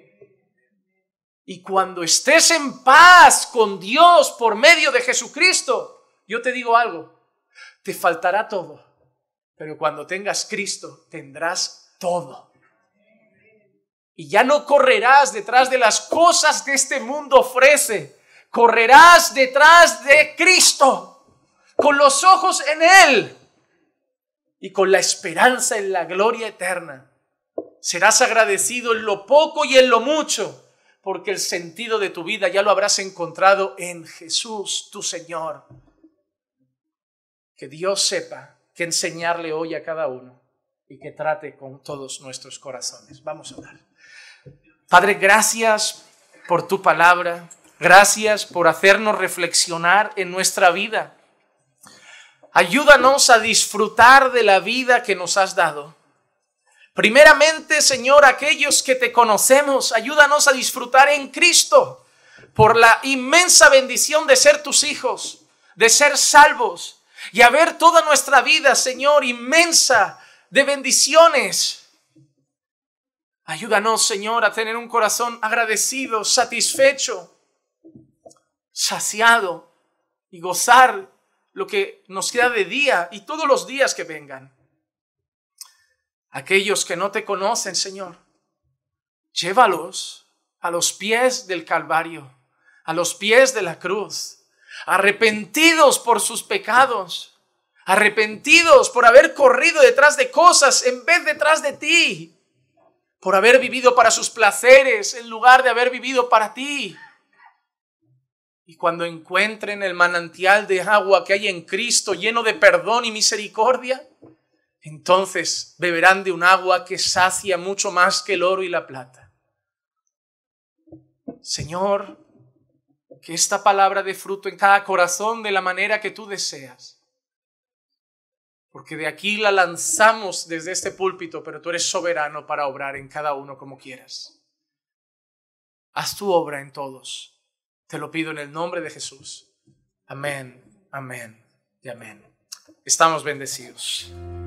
Y cuando estés en paz con Dios por medio de Jesucristo, yo te digo algo, te faltará todo, pero cuando tengas Cristo tendrás todo. Y ya no correrás detrás de las cosas que este mundo ofrece, correrás detrás de Cristo, con los ojos en Él y con la esperanza en la gloria eterna. Serás agradecido en lo poco y en lo mucho, porque el sentido de tu vida ya lo habrás encontrado en Jesús, tu Señor. Que Dios sepa qué enseñarle hoy a cada uno y que trate con todos nuestros corazones. Vamos a orar. Padre, gracias por tu palabra. Gracias por hacernos reflexionar en nuestra vida. Ayúdanos a disfrutar de la vida que nos has dado. Primeramente, Señor, aquellos que te conocemos, ayúdanos a disfrutar en Cristo por la inmensa bendición de ser tus hijos, de ser salvos y a ver toda nuestra vida, Señor, inmensa de bendiciones. Ayúdanos, Señor, a tener un corazón agradecido, satisfecho, saciado y gozar lo que nos queda de día y todos los días que vengan. Aquellos que no te conocen, Señor, llévalos a los pies del Calvario, a los pies de la cruz, arrepentidos por sus pecados, arrepentidos por haber corrido detrás de cosas en vez detrás de ti, por haber vivido para sus placeres en lugar de haber vivido para ti. Y cuando encuentren el manantial de agua que hay en Cristo, lleno de perdón y misericordia, entonces beberán de un agua que sacia mucho más que el oro y la plata. Señor, que esta palabra dé fruto en cada corazón de la manera que tú deseas. Porque de aquí la lanzamos desde este púlpito, pero tú eres soberano para obrar en cada uno como quieras. Haz tu obra en todos. Te lo pido en el nombre de Jesús. Amén, amén y amén. Estamos bendecidos.